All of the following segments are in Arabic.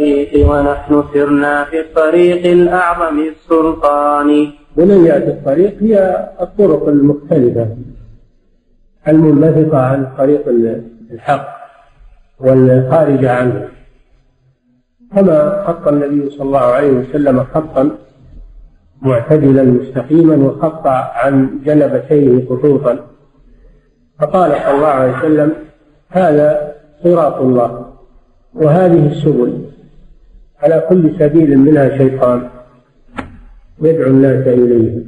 الطريق ونحن سرنا في الطريق الأعظم السلطان. بنيات الطريق هي الطرق المختلفة المنبثقة عن طريق الحق والخارجة عنه، كما خط النبي صلى الله عليه وسلم خطا معتدلا مستقيما وخط عن جنبتيه خطوطا، فقال صلى الله عليه وسلم: هذا صراط الله وهذه السبل، على كل سبيل منها شيطان يدعو الناس إليه.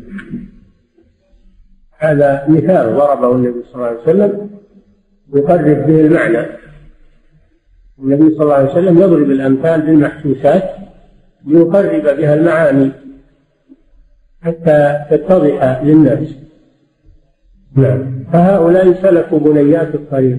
هذا مثال ضربه النبي صلى الله عليه وسلم يقرب به المعنى. النبي صلى الله عليه وسلم يضرب الأمثال بالمحسوسات ليقرب بها المعاني حتى تتضح للناس. نعم. فهؤلاء سلكوا بنيات الطريق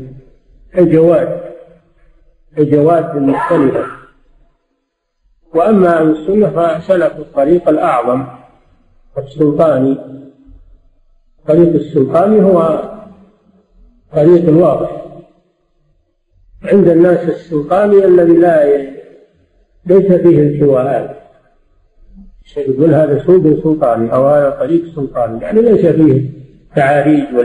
الجواد المختلفة. وأما أهل السنة فسلكوا الطريق الأعظم السلطاني. الطريق السلطاني هو طريق واضح عند الناس، السلطاني الذي ليس فيه التواءات، يقول هذا سوق سلطاني أو هذا طريق سلطاني، يعني ليس فيه تعاريج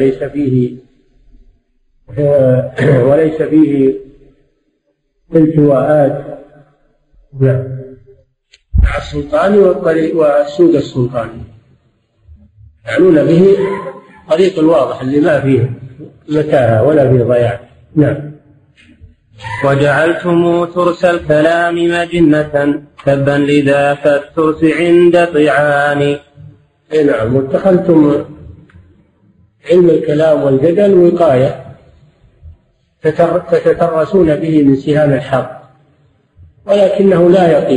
وليس فيه التواءات. نعم. السلطاني والسوق السلطاني يعنون به طريق الواضح اللي ما فيه متاهة ولا فيه ضياع. نعم. وجعلتم ترس الكلام مجنة تبا لذاك الترس عند طعان. نعم. واتخذتم علم الكلام والجدل وقاية تتترسون به من سهام الحق، ولكنه لا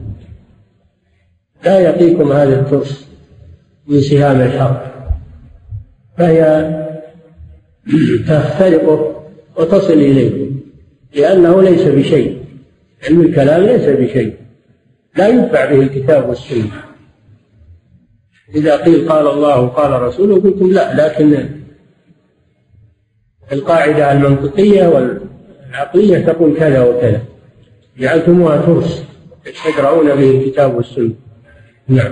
يقيكم هذا الترس من سهام الحق، فهي تخترقه وتصل إليه، لأنه ليس بشيء. علم الكلام ليس بشيء، لا ينفع به الكتاب والسنة. إذا قيل قال الله قال رسوله قلتم لا، لكن القاعدة المنطقية والعقلية تقول كذا وكذا، جعلتموها ترس تدرؤون به الكتاب والسنة. نعم.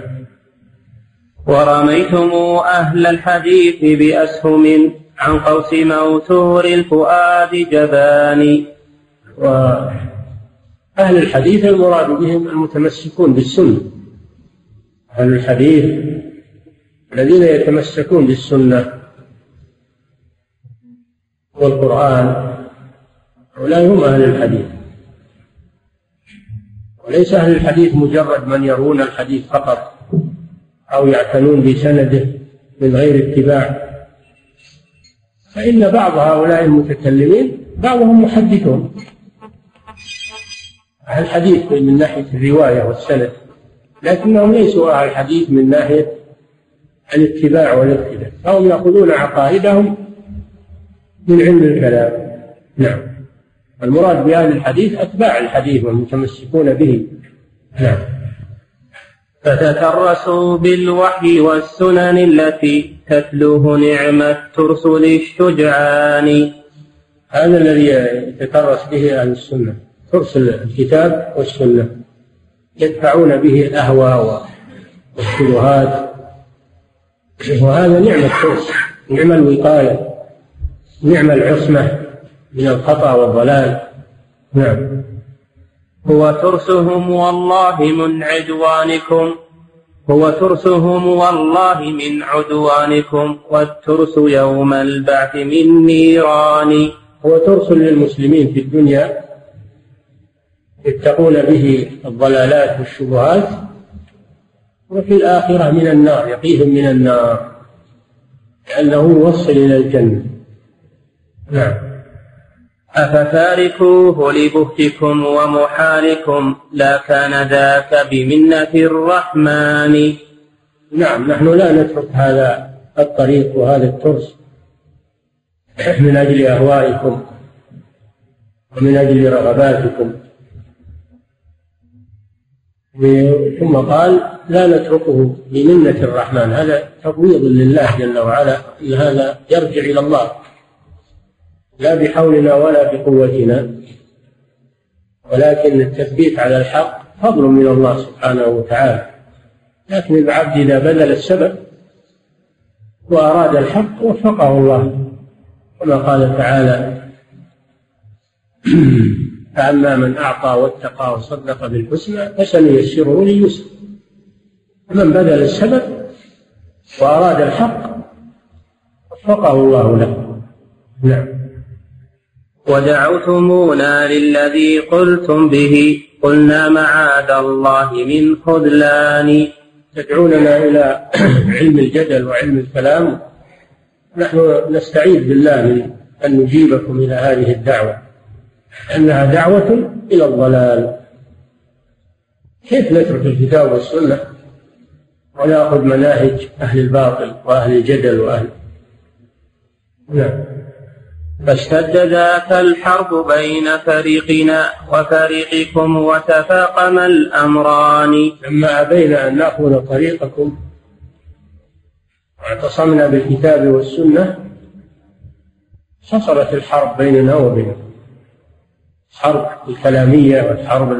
ورميتم أهل الحديث بأسهم عن قوس موتور الفؤاد جبان. وأهل الحديث المراد بهم المتمسكون بالسنة، أهل الحديث الذين يتمسكون بالسنة والقرآن، هؤلاء هم أهل الحديث. وليس أهل الحديث مجرد من يروون الحديث فقط أو يعتنون بسنده من غير اتباع، فإن بعض هؤلاء المتكلمين بعضهم محدثون. أهل الحديث من ناحية الرواية والسند، لكنهم ليسوا أهل الحديث من ناحية الاتباع والاقتداء، فهم يأخذون عقائدهم من علم الكلام. نعم. المراد بأهل الحديث أتباع الحديث والمتمسكون به. نعم. فتترسوا بالوحي والسنن التي تتلوه نعم الترس للشجعان. هذا الذي يتترس به أهل السنة، ترس الكتاب والسنة، يدفعون به الأهواء والشبهات، وهذا نعم الترس، نعم الوقاية، نعم العصمة من الخطأ والضلال. نعم. هو ترسهم والله من عدوانكم، هو ترسهم والله من عدوانكم، والترس يوم البعث من نيران. هو ترس للمسلمين في الدنيا يتقون به الضلالات والشبهات، وفي الآخرة من النار، يقيهم من النار لأنه يوصل إلى الجنة. نعم. أفتاركوه لبهتكم ومحالكم لا كان ذاك بمنة الرحمن. نعم. نحن لا نترك هذا الطريق وهذا الترس من أجل أهوائكم ومن أجل رغباتكم. ثم قال لا نتركه بمنة الرحمن، هذا تفويض لله جل وعلا، إن هذا يرجع إلى الله لا بحولنا ولا بقوتنا، ولكن التثبيت على الحق فضل من الله سبحانه وتعالى. لكن العبد إذا بذل السبب وأراد الحق وفقه الله، كما قال تعالى: فأما من أعطى واتقى وصدق بالحسنى فسنيسره لليسر. من بذل السبب وأراد الحق وفقه الله له. نعم. ودعوتمونا للذي قلتم به قلنا معاذ الله من خذلان. تدعوننا إلى علم الجدل وعلم الكلام، نحن نستعيذ بالله من أن نجيبكم إلى هذه الدعوة، أنها دعوة إلى الضلال. كيف نترك الكتاب والسنة ونأخذ مناهج أهل الباطل وأهل الجدل وأهل؟ نعم. فاشتد ذاك الحرب بين فريقنا وفريقكم وتفاقم الأمران. لما أبينا أن نأخذ طريقكم واعتصمنا بالكتاب والسنة حصلت الحرب بيننا وبينكم، الحرب الكلامية والحرب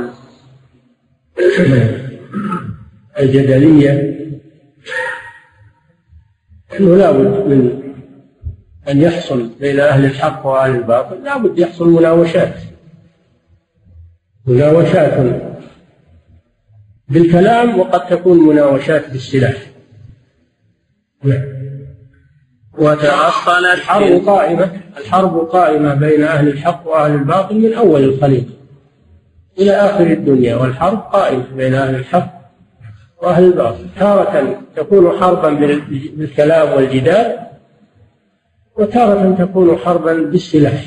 الجدلية. أنه لا بد من أن يحصل بين أهل الحق وأهل الباطل، لا بد يحصل مناوشات بالكلام، وقد تكون مناوشات بالسلاح. وتأصلت الحرب قائمة بين أهل الحق وأهل الباطل من أول الخليقة إلى آخر الدنيا، والحرب قائمة بين أهل الحق وأهل الباطل. تارة تكون حربا بالكلام والجدال، وتارة تكون حربا بالسلاح.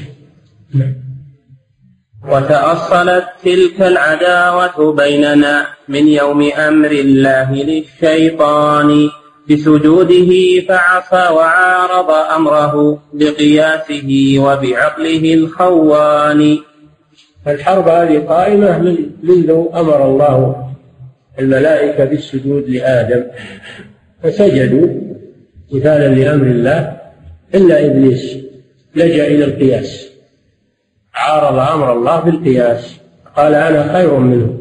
وتأصلت تلك العداوة بيننا من يوم أمر الله للشيطان بسجوده فعصى وعارض أمره بقياسه وبعقله الخوان. الحرب هذه قائمة منذ أمر الله الملائكة بالسجود لآدم فسجدوا مثالا لأمر الله، إلا إبليس لجأ إلى القياس، عارض أمر الله بالقياس، قال أنا خير منه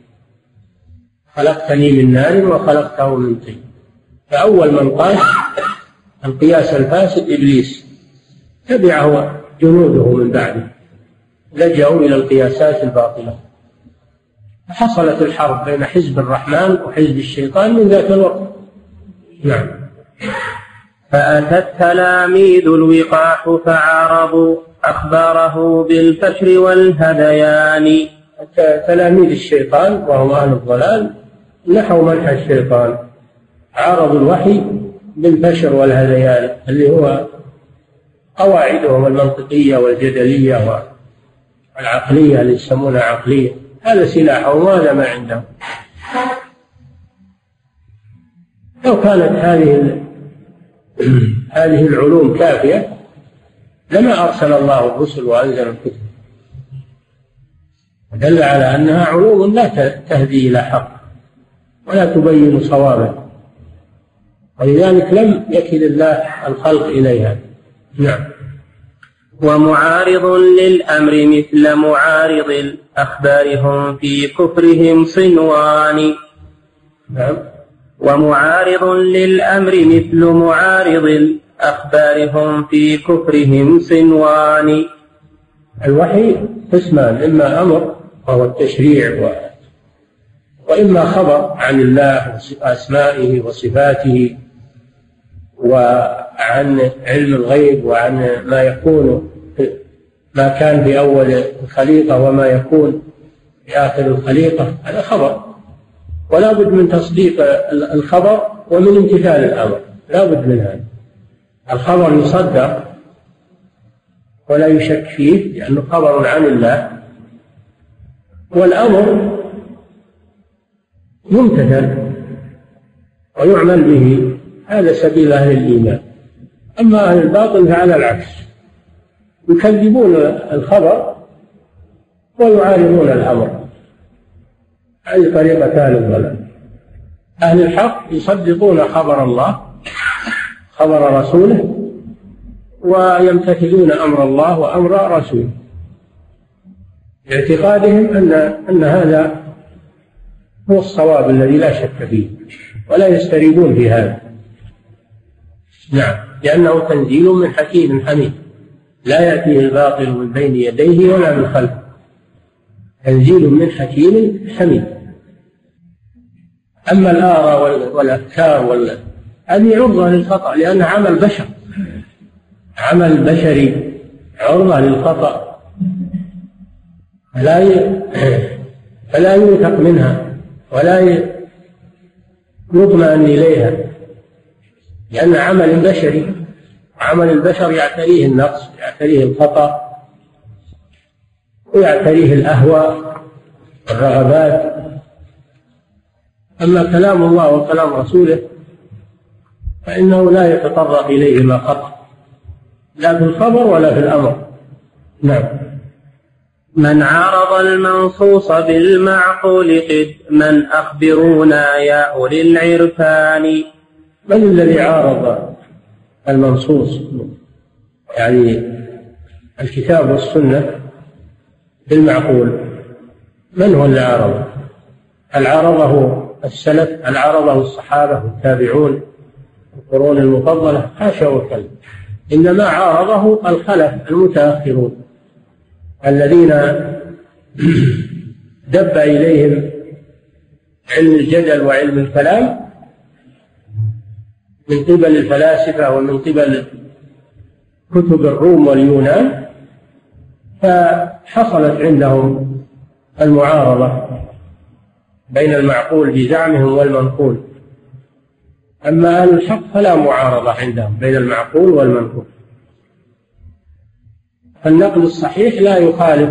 خلقتني من نار وخلقته من طين. فأول من قاس القياس الفاسد إبليس، تبعه جنوده من بعده، لجأوا إلى القياسات الباطلة، فحصلت الحرب بين حزب الرحمن وحزب الشيطان من ذاك الوقت. نعم. فأتى التلاميذ الوقاح فعارضوا أخباره بالفشر والهذيان. تلاميذ الشيطان وهم أهل الضلال نحوا منهج الشيطان، عارضوا الوحي بالفشر والهذيان اللي هو قواعدهم المنطقية والجدلية والعقلية اللي يسمونها عقلية. هذا سلاحهم وهذا ما عندهم. لو كانت هذه العلوم كافية لما أرسل الله الرسل وأنزل الكتب، ودل على أنها علوم لا تهدي إلى حق ولا تبين صوابا، ولذلك لم يكل الله الخلق إليها. نعم. ومعارض للأمر مثل معارض الأخبار هم في كفرهم صنوان. نعم. ومعارض للأمر مثل معارض الأخبار هم في كفرهم صنوان. الوحي قسمان، إما أمر وهو التشريع، وإما خبر عن الله وأسمائه وصفاته وعن علم الغيب وعن ما كان في أول الخليقة وما يكون في آخر الخليقة. هذا خبر، ولا بد من تصديق الخبر ومن امتثال الأمر، لا بد من هذا. الخبر يصدق ولا يشك فيه لأنه خبر عن الله، والأمر يمتثل ويعمل به. هذا سبيل أهل الإيمان. أما أهل الباطل فعلى العكس، يكذبون الخبر ويعارضون الأمر. هذه طريقة أهل الضلال. أهل الحق يصدقون خبر الله خبر رسوله ويمتثلون أمر الله وأمر رسوله. باعتقادهم أن هذا هو الصواب الذي لا شك فيه، ولا يستريبون في هذا. نعم، لأنه تنزيل من حكيم حميد لا يأتيه الباطل من بين يديه ولا من خلفه، تنزيل من حكيم حميد. أما الآراء والأفكار هذه عرضة للخطأ، لأنها عمل بشر، عمل بشري عرضة للخطأ، فلا يوثق منها ولا يطمئن إليها، لأن عمل بشري، عمل البشر يعتريه النقص، يعتريه الخطأ، ويعتريه الأهواء والرغبات. أما كلام الله وكلام رسوله فإنه لا يتطرق إليه ما خطأ، لا في الخبر ولا في الأمر. نعم. من عارض المنصوص بالمعقول قد أخبرونا يا أولي العرفان. من الذي عارض المنصوص، يعني الكتاب والسنة، بالمعقول؟ من هو اللي عارضه؟ هل عارضه السلف؟ هل عارضه الصحابة والتابعون القرون المفضلة؟ حاشا وكلا، إنما عارضه الخلف المتأخرون الذين دب إليهم علم الجدل وعلم الكلام من قبل الفلاسفة ومن قبل كتب الروم واليونان، فحصلت عندهم المعارضة بين المعقول بزعمهم والمنقول. أما أهل الحق فلا معارضة عندهم بين المعقول والمنقول، فالنقل الصحيح لا يخالف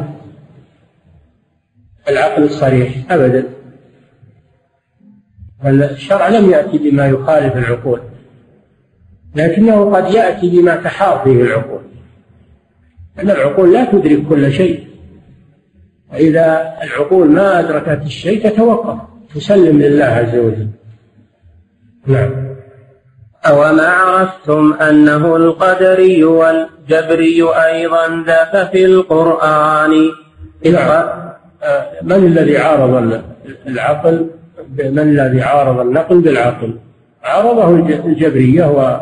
العقل الصريح أبدا، الشرع لم يأتي بما يخالف العقول، لكنه قد يأتي بما تحار فيه العقول، أن العقول لا تدرك كل شيء، وإذا العقول ما أدركت الشيء تتوقف، تسلم لله عز وجل. نعم. أوما عرفتم أنه القدري والجبري أيضا ذاك في القرآن. من الذي عارض العقل؟ من الذي عارض النقل بالعقل؟ عارضه الجبرية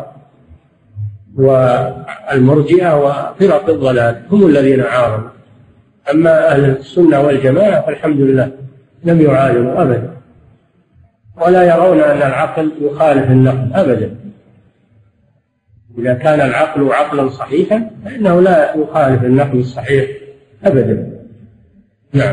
والمرجئة وفرق الضلال، هم الذين عارضوا. أما أهل السنة والجماعة فالحمد لله لم يعارضوا أبدا، ولا يرون أن العقل يخالف النقل أبدا. إذا كان العقل عقلا صحيحا فإنه لا يخالف النقل الصحيح أبدا. نعم.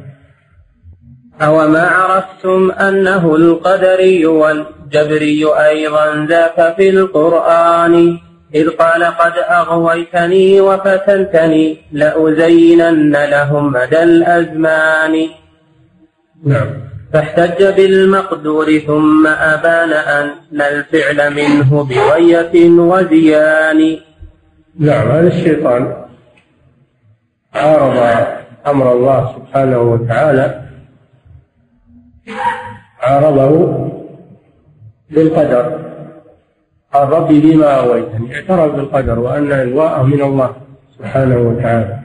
أوما عرفتم أنه القدري والجبري أيضا ذاك في القرآن. إذ قال قد أغويتني وفتنتني لأزينن لهم مدى الأزمان. نعم. فاحتج بالمقدور ثم أبان أن الفعل منه بغية وزيان. نعم، هذا الشيطان عارض أمر الله سبحانه وتعالى، عارضه بالقدر، قال ربي بما أغويتني، اعترف بالقدر وأن إغواءه من الله سبحانه وتعالى.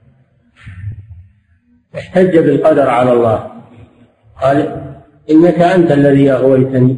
احتج بالقدر على الله، قال إنك أنت الذي أغويتني،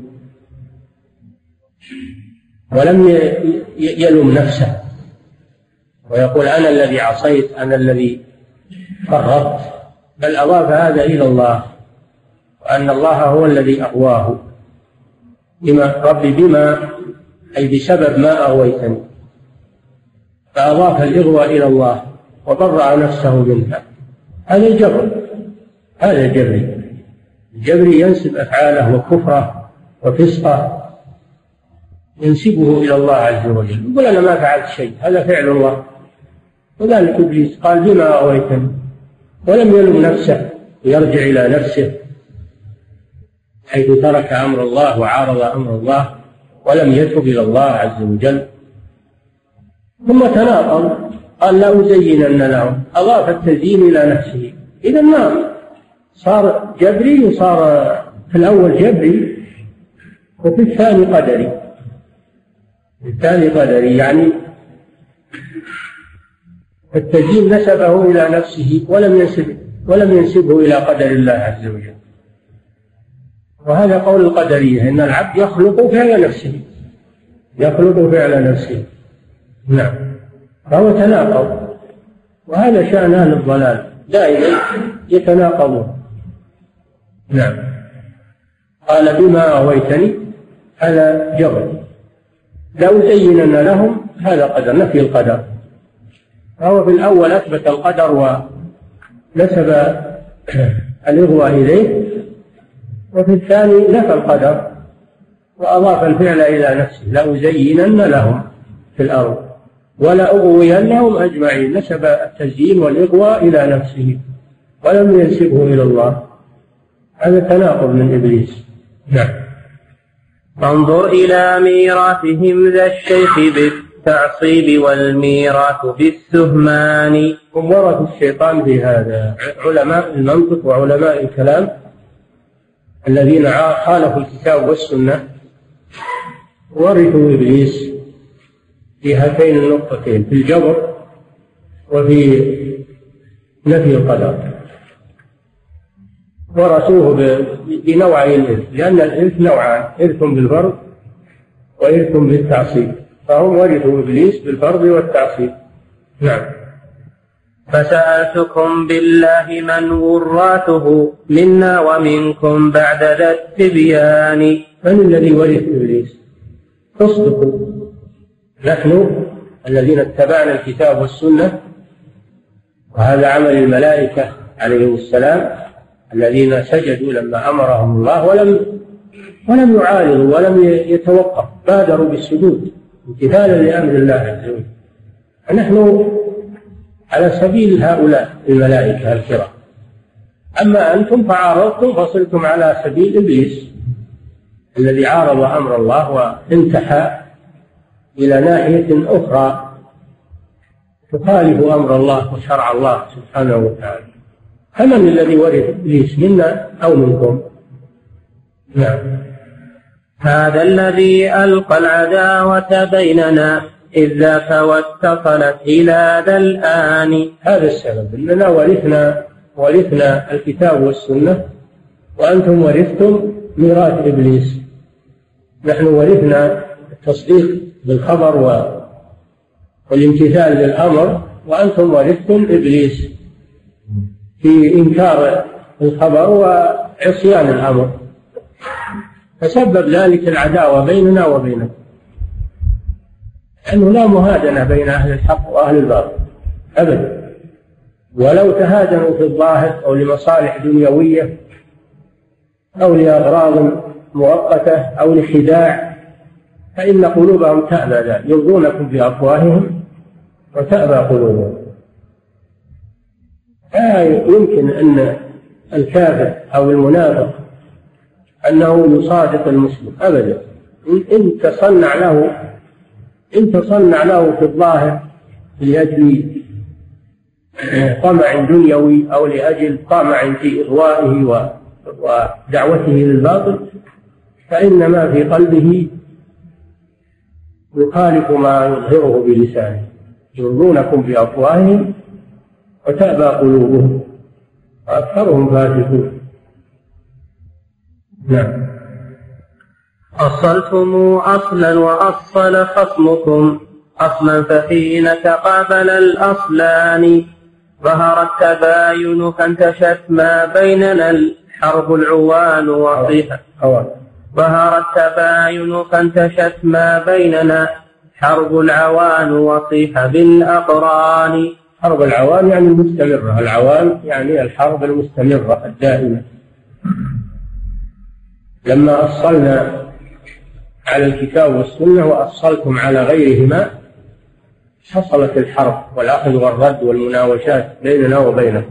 ولم يلوم نفسه ويقول أنا الذي عصيت، أنا الذي فرطت، بل أضاف هذا إلى الله، وأن الله هو الذي أغواه. ربي بما أي بسبب ما أغويتني، فأضاف الإغواء إلى الله وبرأ نفسه منها. هذا الجبر، هذا الجبري. الجبري ينسب أفعاله وكفره وفسقه ينسبه إلى الله عز وجل، يقول أنا ما فعلت شيء، هذا فعل الله. وذلك إبليس قال بما أغويتني، ولم يلم نفسه ويرجع إلى نفسه، حيث ترك أمر الله وعارض أمر الله ولم يتب إلى الله عز وجل. ثم تناقض، قال لا أزينن لهم، أضاف التزيين إلى نفسه. إذا ما صار جبري، وصار في الأول جبري وفي الثاني قدري. الثاني قدري يعني التزيين نسبه إلى نفسه ولم ينسب ولم ينسبه إلى قدر الله عز وجل. وهذا قول القدرية، إن العبد يخلق فعل نفسه، يخلق فعل نفسه. نعم، فهو تناقض، وهذا شأن أهل الضلال دائما يتناقضون. نعم. قال بما أغويتني، هذا جبر، لأزينن لهم، هذا قدر، نفي القدر. فهو في الأول أثبت القدر ونسب الإغواء إليه، وفي الثاني نفى القدر وأضاف الفعل إلى نفسه، لأزينن لهم في الأرض ولأغوينهم أجمعين، نسب التزيين والإغواء إلى نفسه ولم ينسبه إلى الله. هذا تناقض من إبليس. نعم. فانظر إلى ميراثهم ذا الشيخ بالتعصيب والميراث بالسهمان. هم ورثوا الشيطان في هذا، علماء المنطق وعلماء الكلام الذين خالفوا الكتاب والسنة ورثوا إبليس في هاتين النقطتين، في الجبر وفي نفي القدر. ورثوه بنوعي الإرث، لأن الإرث نوعان، إرث بالفرض وإرث بالتعصيب، فهم ورثوا إبليس بالفرض والتعصيب. نعم. فسألتكم بالله من وراثه منا ومنكم بعد ذا التبيان. من الذي ورث إبليس؟ تصدقوا، نحن الذين اتبعنا الكتاب والسنة، وهذا عمل الملائكة عليهم السلام الذين سجدوا لما أمرهم الله ولم يعارضوا ولم يتوقفوا، بادروا بالسجود امتثالا لأمر الله عز وجل. نحن على سبيل هؤلاء الملائكة الكرام. أما أنتم فعارضتم فصرتم على سبيل إبليس الذي عارض أمر الله وانتحى إلى ناحية أخرى تخالف أمر الله وشرع الله سبحانه وتعالى. فمن الذي ورث إبليس، منا أو منكم؟ نعم. هذا الذي ألقى العداوة بيننا إذ ذاك واتصلت إلى ذا الآن. هذا السبب، أننا ورثنا الكتاب والسنة وأنتم ورثتم ميراث إبليس. نحن ورثنا التصديق بالخبر والامتثال للأمر، وأنتم ورثتم إبليس في إنكار الخبر وعصيان الأمر، فسبب ذلك العداوة بيننا وبينكم، أنه لا مهادنة بين أهل الحق وأهل الباطل أبدا، ولو تهادنوا في الظاهر أو لمصالح دنيوية أو لأغراض مؤقتة أو لخداع، فإن قلوبهم تأبى ذلك، يرضونكم بأفواههم وتأبى قلوبهم. لا يمكن أن الكافر أو المنافق أنه يصادق المسلم أبدا. إن تصنع له في الظاهر لأجل طمع دنيوي أو لأجل طمع في إغوائه ودعوته للباطل، فإن ما في قلبه يخالف ما يظهره بلسانه، يرضونكم بأفواههم وتأبى قلوبهم وأكثرهم فاسقون. نعم. أصلتم أصلا وأصل خصمكم أصلا، فحين تقابل الأصلان ظهر التباين فانتشت ما بيننا الحرب العوان وصيحة. ظهر التباين فانتشت ما بيننا حرب العوان وصيح بالأقران. حرب العوان يعني المستمرة، العوان يعني الحرب المستمرة الدائمة. لما أصلنا على الكتاب والسنة وأصلتم على غيرهما حصلت الحرب والأخذ والرد والمناوشات بيننا وبينهم،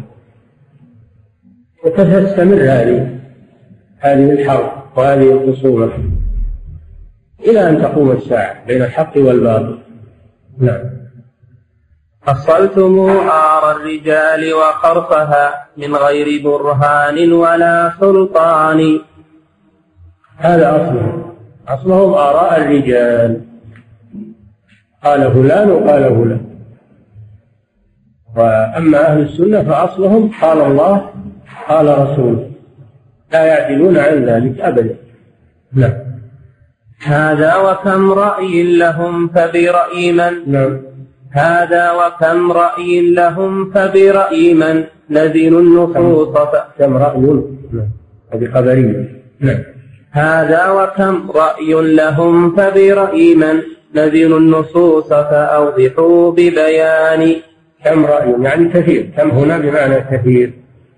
وتستمر هذه الحرب وهذه الخصومة إلى أن تقوم الساعة بين الحق والباطل. نعم. أصلتم آر الرجال وخرفها من غير برهان ولا سلطان. هذا أصلهم آراء الرجال، قال فلان وقال فلان، وأما أهل السنة فأصلهم قال الله قال رسوله، لا يعدلون عن ذلك أبدا. نعم. هذا وكم رأي لهم فبرأي من نعم. هذا وكم رأي لهم فبرأي من نزل النصوص كم رأي هذه خبرية. نعم. هذا وكم رأي لهم فبرأي من نزل النصوص فأوضحوا ببيان. كم رأي يعني كثير، كم هنا بمعنى كثير.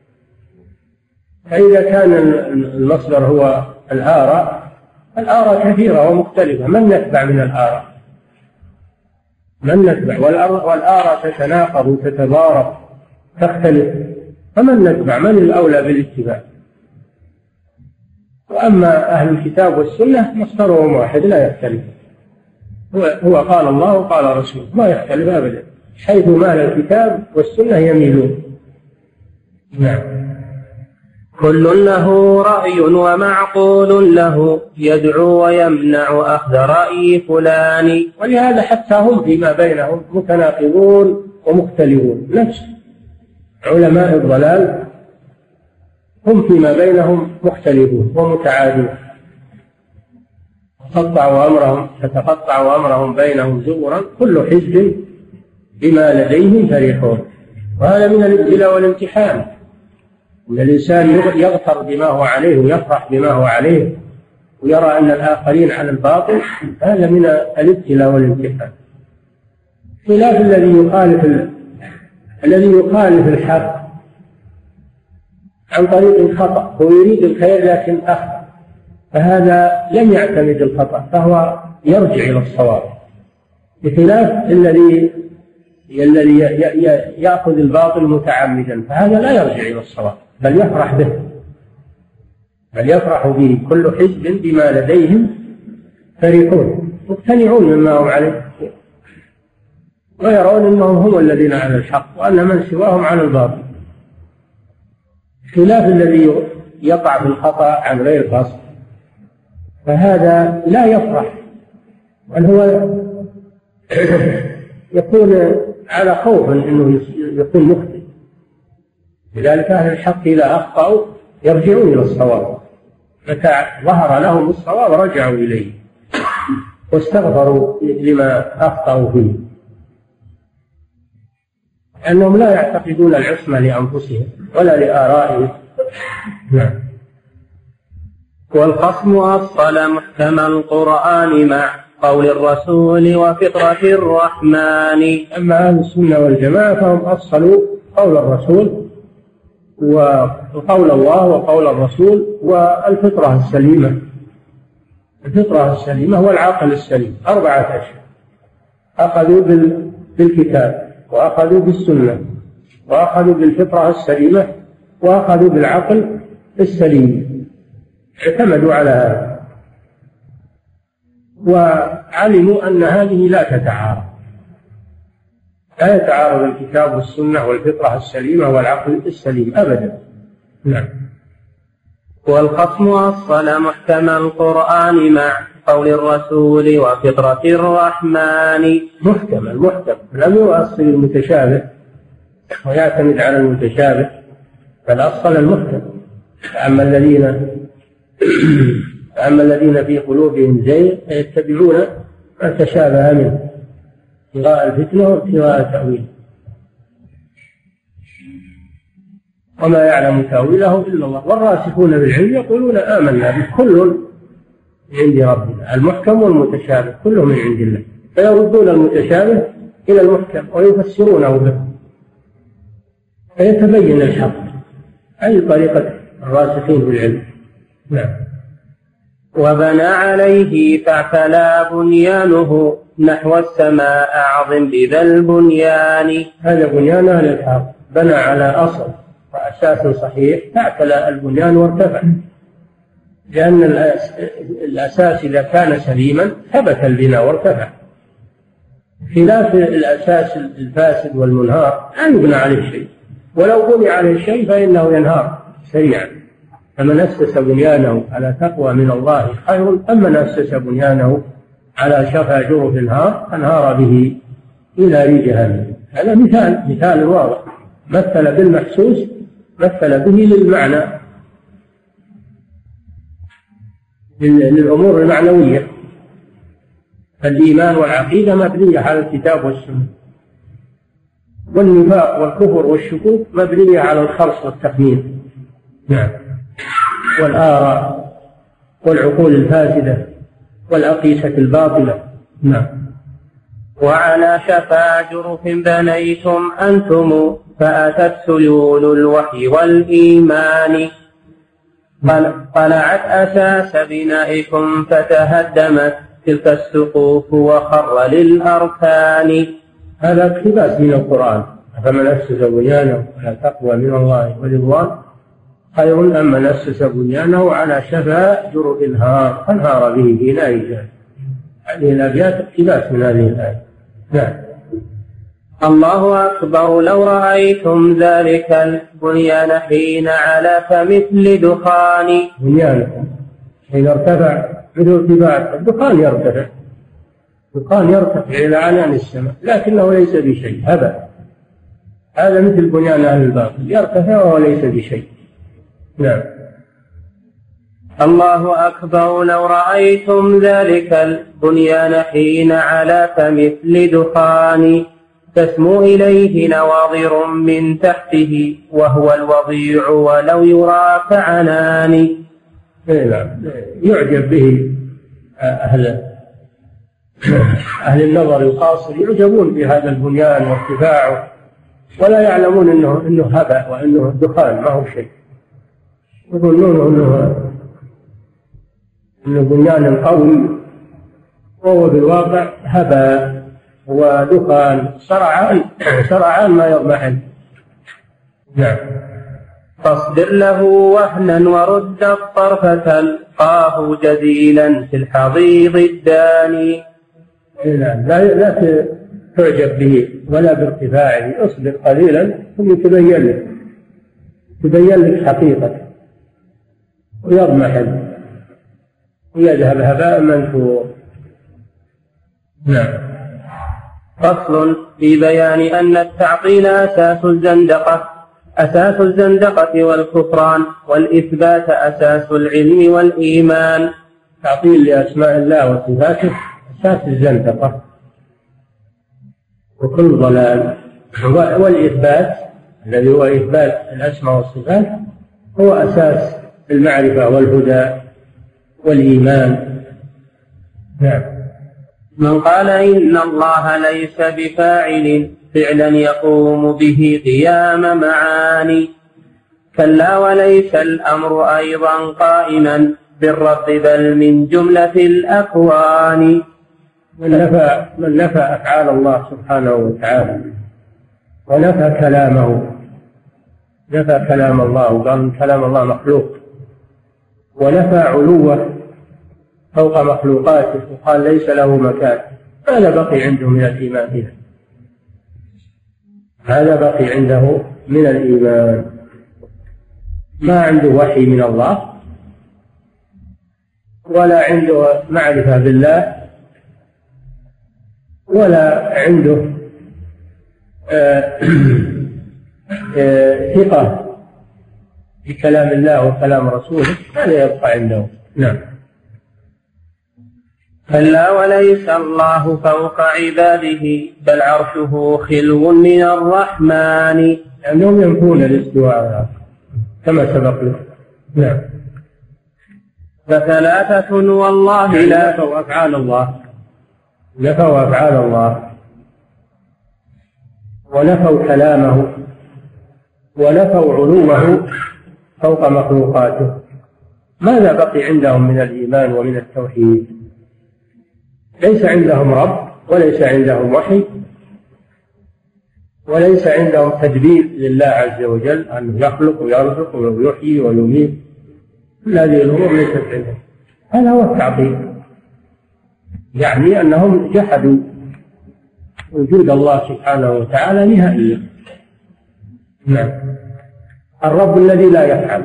فإذا كان المصدر هو الآراء، الآراء كثيرة ومختلفة، من نتبع من الآراء؟ من نتبع؟ والآراء تتناقض وتتضارب تختلف، فمن نتبع؟ من الأولى بالاتباع؟ وأما أهل الكتاب والسنة مصدرهم واحد لا يختلف، هو قال الله وقال رسوله، ما يختلف أبدا، حيث مال الكتاب والسنة يميلون. نعم. كل له رأي ومعقول له يدعو ويمنع أخذ رأي فلان. ولهذا حتى هم فيما بينهم متناقضون ومختلفون، نفس علماء الضلال هم فيما بينهم مختلفون ومتعادون، تتقطع أمرهم بينهم زبرا، كل حزب بما لديهم فرحون. وهذا من الابتلاء والامتحان، أن الإنسان يغتر بما هو عليه ويفرح بما هو عليه ويرى أن الآخرين على الباطل، هذا من الابتلاء والامتحان. خلاف الذي يخالف الحق عن طريق الخطأ، هو يريد الخير لكن أخطأ، فهذا لم يعتمد الخطأ، فهو يرجع إلى الصواب، بخلاف الذي يأخذ الباطل متعمدا، فهذا لا يرجع إلى الصواب بل يفرح به. كل حزب بما لديهم فرحون، مقتنعون مما هم عليه ويرون أنهم هم الذين على الحق وأن من سواهم على الباطل، خلاف الذي يقع في الخطأ عن غير قصد، فهذا لا يفرح، بل هو يكون على خوف أنه يكون مخطئ. لذلك أهل الحق إذا أخطأوا يرجعون إلى الصواب، متى ظهر لهم الصواب رجعوا إليه واستغفروا لما أخطأوا فيه، لأنهم لا يعتقدون العصمة لأنفسهم ولا لآرائهم. نعم. والخصم أصل محكم القرآن مع قول الرسول وفطرة الرحمن. أما أهل السنة والجماعة فهم أصلوا قول الرسول وقول الله وقول الرسول والفطرة السليمة. الفطرة السليمة هو العقل السليم، 4 أشياء: أخذوا بالكتاب، وأخذوا بالسنة، وأخذوا بالفطرة السليمة، وأخذوا بالعقل السليم، اعتمدوا على هذا وعلموا أن هذه لا يتعارض الكتاب والسنة والفطرة السليمة والعقل السليم أبدا. نعم. والخصم أصل محكم القرآن مع قول الرسول وفطرة الرحمن. محكم لم يؤصل المتشابه ويعتمد على المتشابه، بل أصل المحكم. فأما الذين في قلوبهم زيغ فيتبعون ما تشابه منه ابتغاء الفتنة وابتغاء تأويله، وما يعلم تأويله إلا الله. والراسخون بالعلم يقولون آمنا به كل من عند ربنا، المحكم والمتشابه كله من عند الله، فيردون المتشابه إلى المحكم ويفسرونه به فيتبين الحق. أي طريقة الراسخين بالعلم. نعم. وبنى عليه فاعتلى بنيانه نحو السماء أعظم بذا البنيان. هذا بنيان أهل الحق، بنى على أصل وأساس صحيح، فاعتلى البنيان وارتفع، لأن الأساس إذا كان سليما ثبت البناء وارتفع، خلاف الأساس الفاسد والمنهار لا يبنى عليه شيء، ولو بني عليه شيء فإنه ينهار سريعا. فمن أسس بنيانه على تقوى من الله خير أما من أسس بنيانه على شفا جرف النار فانهار به إلى جهنم. هذا مثال واضح، مثل بالمحسوس، مثل به للمعنى، للأمور المعنوية. الإيمان والعقيدة مبنية على الكتاب والسنة، والنفاق والكفر والشكوك مبنية على الخرص والتخمين، نعم، والآراء والعقول الفاسدة والأقيسة الباطلة، نعم. وعلى شفا جرف بنيتم أنتم فأتت سيول الوحي والإيمان، قلعت أساس بنائكم فتهدمت تلك السقوف وخر للأركان. هذا اقتباس من القرآن: فمن أسس بنيانه على تقوى من الله ورضوان خير أم من أسس بنيانه على شفا جرف فانهار به في نار جهنم. هذه الأبيات اقتباس من هذه الآية، نعم. الله أكبر لو رأيتم ذلك البنيان حين على كمثل دخان. بنيانكم حين ارتفع مثل ارتفاع الدخان، يرتفع إلى عنان السماء لكنه ليس بشيء، هذا مثل بنيان أهل الباطل، يرتفع وهو ليس بشيء، نعم. الله أكبر لو رأيتم ذلك البنيان حين على كمثل دخان، تسمو إليه نواظر من تحته وهو الوضيع ولو يرى كعنان. يعجب به أهل النظر القاصر، يعجبون بهذا البنيان وارتفاعه، ولا يعلمون إنه هباء وإنه دخان، ما هو شيء. يظنون إنه بنيان قوي، وهو بالواقع هباء ودخان سرعان ما يضمحل، نعم. فاصبر له وهنا ورد الطرف تلقاه جزيلا في الحضيض الداني. لا تعجب به ولا بارتفاعه، اصبر قليلا ثم تبين لك حقيقته ويضمحل ويذهب هباء منثور، نعم. فصل في بيان أن التعطيل أساس الزندقة والكفران، والإثبات أساس العلم والإيمان. تعطيل لأسماء الله وصفاته أساس الزندقة وكل ضلال، والإثبات الذي هو إثبات الأسماء والصفات هو أساس المعرفة والهدى والإيمان، نعم. من قال إن الله ليس بفاعل فعلا يقوم به قيام معاني، كلا وليس الأمر أيضا قائما بالرب بل من جملة الأكوان. من نفى أفعال الله سبحانه وتعالى ونفى كلامه، نفى كلام الله وقال كلام الله مخلوق، ونفى علوه فوق مخلوقاته وقال ليس له مكان، هذا بقي عنده من الإيمان به، هذا بقي عنده من الإيمان. ما عنده وحي من الله ولا عنده معرفة بالله ولا عنده ثقة بكلام الله وكلام رسوله، هذا يبقى عنده، نعم. كلا وليس الله فوق عباده بل عرشه خلو من الرحمن. لأنهم ينفون الاستواء كما سبق له، نعم. فثلاثة والله لا نفوا أفعال الله، نفوا أفعال الله ونفوا كلامه ونفوا علوه فوق مخلوقاته، ماذا بقي عندهم من الإيمان ومن التوحيد؟ ليس عندهم رب وليس عندهم وحي وليس عندهم تدبير لله عز وجل أن يخلق ويرزق ويحيي ويميت، كل هذه الأمور ليست عندهم. هذا هو التعطيل، يعني أنهم جحدوا وجود الله سبحانه وتعالى نهائيا، نعم. الرب الذي لا يفعل،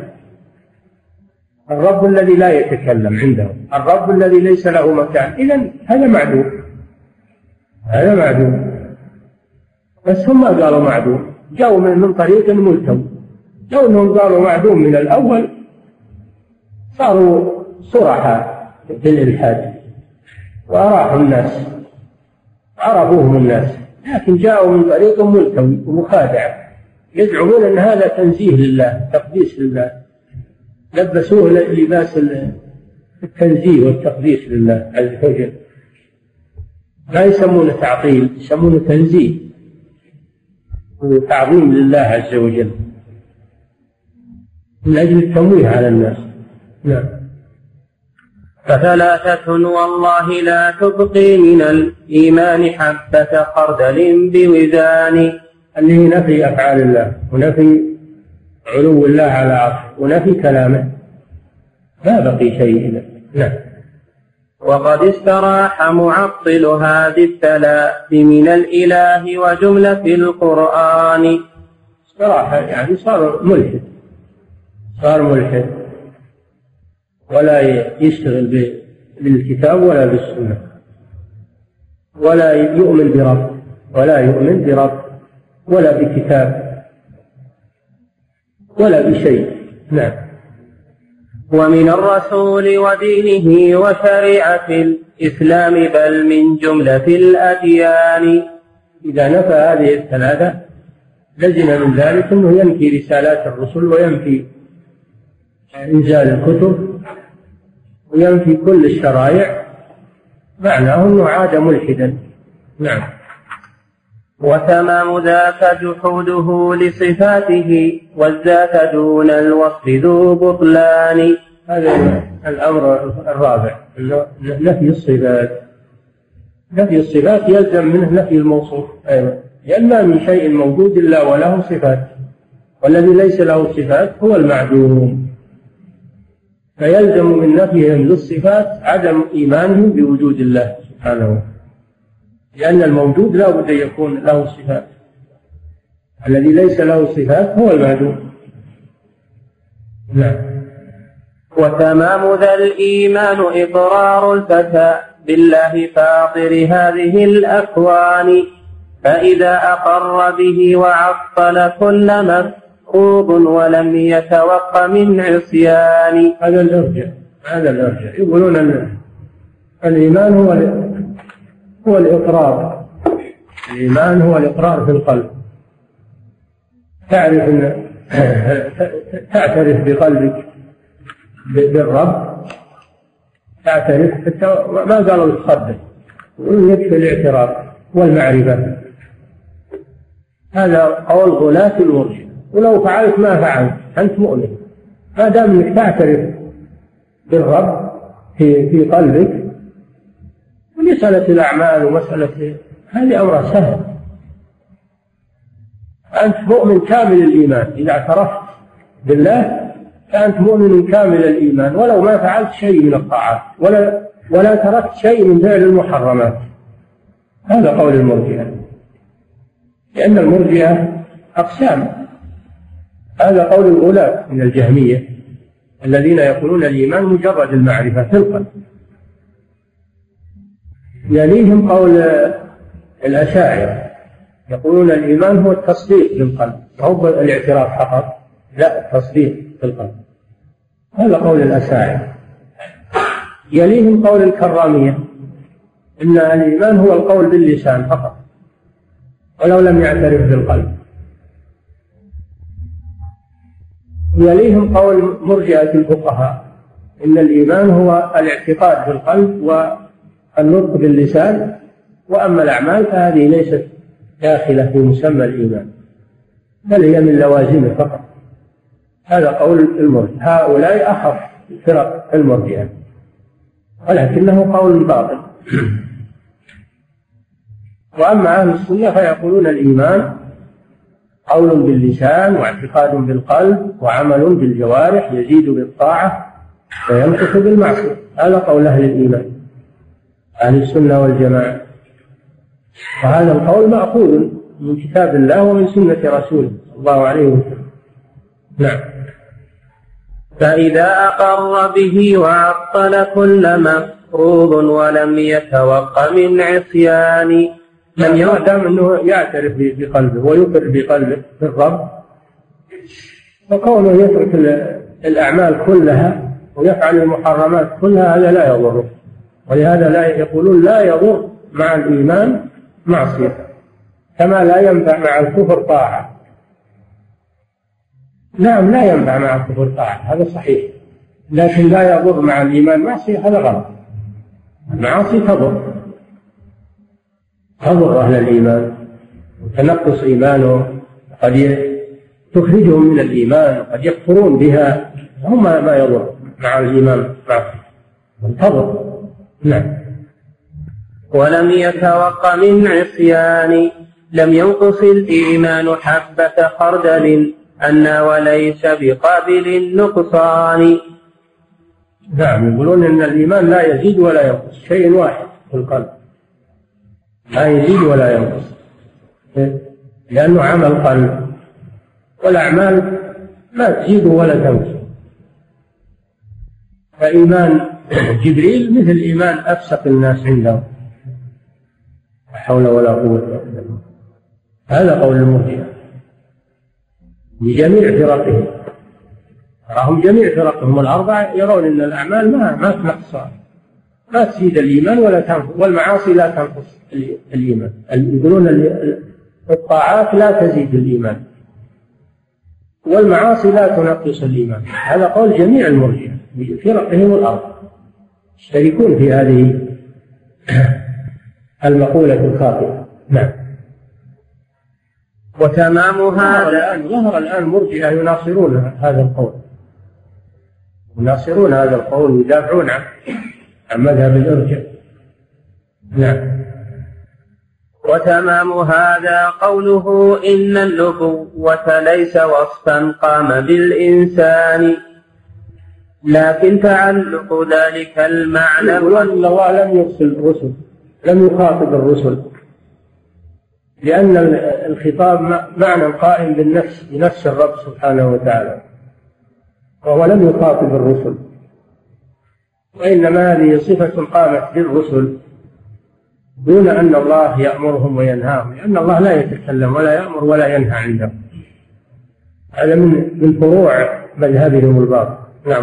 الرب الذي لا يتكلم عندهم، الرب الذي ليس له مكان، إذن هذا معدوم، هذا معدوم. بس هم ما قالوا معدوم، جاءوا من طريق ملتوي. لو أنهم قالوا معدوم من الأول صاروا صرحاء بالإلحاد وأراحوا الناس، عرفوهم الناس، لكن جاءوا من طريق ملتوي ومخادع، يزعمون أن هذا تنزيه لله، تقديس لله، لبسوه لباس التنزيه والتقديس لله عز وجل. لا يسمونه تعطيل، يسمونه تنزيه وتعظيم لله عز وجل من أجل التمويه على الناس. نعم. فثلاثة والله لا تبقي من الإيمان حبة خردل بوزان. اللي هي نفي أفعال الله، ونفي علو الله على عرشه، ونفي كلامه، ما بقي شيء. نعم. وقد استراح معطل هذه الثلاث من الإله وجملة القرآن. استراح يعني صار ملحد، ولا يشتغل بالكتاب ولا بالسنة، ولا يؤمن برب ولا بكتاب ولا بشيء. نعم. ومن الرسول ودينه وشريعة الإسلام بل من جملة الأديان. إذا نفى هذه الثلاثة لزم من ذلك أنه ينفي رسالات الرسل، وينفي إنزال الكتب، وينفي كل الشرائع، معناه أنه عاد ملحدا. نعم. وتمام ذاك جحوده لصفاته والذات دون الوصف ذو بطلان. هذا الأمر الرابع، نفي الصفات. نفي الصفات يلزم منه نفي الموصوف أيضا، لأن ما من شيء موجود إلا وله صفات، والذي ليس له صفات هو المعدوم، فيلزم من نفيهم للصفات عدم إيمانهم بوجود الله سبحانه وتعالى، لأن الموجود لا بد يكون له صفات، الذي ليس له صفات هو المعدوم. نعم. وتمام ذا الإيمان إقرار الفتى بالله فاطر هذه الأكوان، فإذا أقر به وعطل كل مفروض ولم يتوق من عصيان. هذا الإرجاء يقولون أن الإيمان هو الإقرار. الإيمان هو الإقرار في القلب، تعترف بقلبك بالرب، تعترف، ما قالوا تصدق، يكفي الاعتراف والمعرفة. هذا قول غلاة المرجئة. ولو فعلت ما فعلت أنت مؤمن، ما دام انك تعترف بالرب في قلبك. ومسألة الأعمال ومسألة هذه أمر سهل، أنت مؤمن كامل الإيمان. إذا اعترفت بالله فأنت مؤمن كامل الإيمان، ولو ما فعلت شيء من الطاعات ولا تركت شيء من فعل المحرمات. هذا قول المرجئة، لأن المرجئة أقسام. هذا قول الغلاة من الجهمية الذين يقولون الإيمان مجرد المعرفة في القلب. يليهم قول الأشاعرة يقولون الإيمان هو التصديق بالقلب، هو الاعتراف فقط، لا، التصديق بالقلب. هذا قول الأشاعرة. يليهم قول الكرامية إن الإيمان هو القول باللسان فقط ولو لم يعترف بالقلب. يليهم قول مرجئة الفقهاء إن الإيمان هو الاعتقاد بالقلب والنطق باللسان، وأما الأعمال فهذه ليست داخلة في مسمى الإيمان، بل هي من لوازمه فقط. هذا قول المرجئة. هؤلاء أخف فرق المرجئة، ولكنه قول باطل. وأما أهل السنة فيقولون الإيمان قول باللسان واعتقاد بالقلب وعمل بالجوارح، يزيد بالطاعة وينقص بالمعصية. هذا قول أهل الإيمان، أهل السنة والجماعة. وهذا القول مأخوذ من كتاب الله ومن سنة رسوله صلى الله عليه وسلم. نعم. فإذا أقر به وعطل كل مفروض ولم يتوق من عصيان، ما دام أنه يعترف بقلبه ويقر بقلبه بالرب، وكونه يترك الأعمال كلها ويفعل المحرمات كلها هذا لا يضره. ولهذا لا يقولون لا يضر مع الإيمان معصية، كما لا ينفع مع الكفر طاعة. نعم لا ينفع مع الكفر طاعة، هذا صحيح، لكن لا يضر مع الإيمان معصية، هذا غلط. المعاصي تضر أهل الإيمان وتنقص إيمانهم، قد تخرجهم من الإيمان وقد يكفرون بها، هم ما يضر مع الإيمان معصية تضر. نعم. ولم يتوق من عصيان لم ينقص الإيمان حبة خردل أن وليس بقابل النقصان. نعم، يقولون أن الإيمان لا يزيد ولا ينقص، شيء واحد في القلب، لا يزيد ولا ينقص، لأنه عمل قلب، والأعمال لا تزيد ولا تنقص. فإيمان جبريل مثل إيمان أفسق الناس عنده، لا حول ولا قوة إلا بالله. هذا قول المرجئة بجميع فرقهم، هم جميع فرقهم الأربعة يرون أن الأعمال ما تنقص، ما تزيد الإيمان ولا تنقص، والمعاصي لا تنقص الإيمان. يقولون الطاعات لا تزيد الإيمان والمعاصي لا تنقص الإيمان. هذا قول جميع المرجئة فرقهم الأربعة، يشتركون في هذه المقولة الخاطئة. نعم. وتمام هذا ظهر الآن مرجئة يناصرون هذا القول، يناصرون هذا القول ويدافعون عن مذهب الإرجاء. نعم. وتمام هذا قوله إن النبوة ليس وصفا قام بالإنسان لكن تعلق ذلك المعنى. الله لم يرسل الرسل، لم يخاطب الرسل، لأن الخطاب معنى قائم بالنفس، بنفس الرب سبحانه وتعالى، وهو لم يخاطب الرسل، وإنما هذه صفة قامت بالرسل دون أن الله يأمرهم وينهاهم، لأن الله لا يتكلم ولا يأمر ولا ينهى عنده. هذا من فروع مذهبهم الباطل. نعم.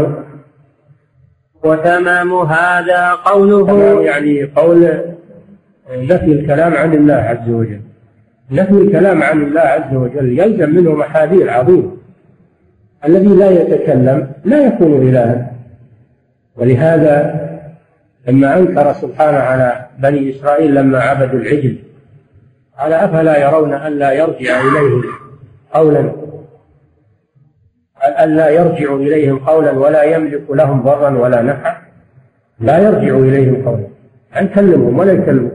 وتمام هذا قوله، يعني قول نفي الكلام عن الله عز وجل. نفي الكلام عن الله عز وجل يلزم منه محاذير عظيمة. الذي لا يتكلم لا يكون إلها، ولهذا لما أنكر سبحانه على بني إسرائيل لما عبدوا العجل قال أفلا يرون ألا يرجع إليهم قولا، ألا يرجع إليهم قولا ولا يملك لهم ضرا ولا نفعا. لا يرجع إليهم قولا، يكلمهم ولا يكلمهم.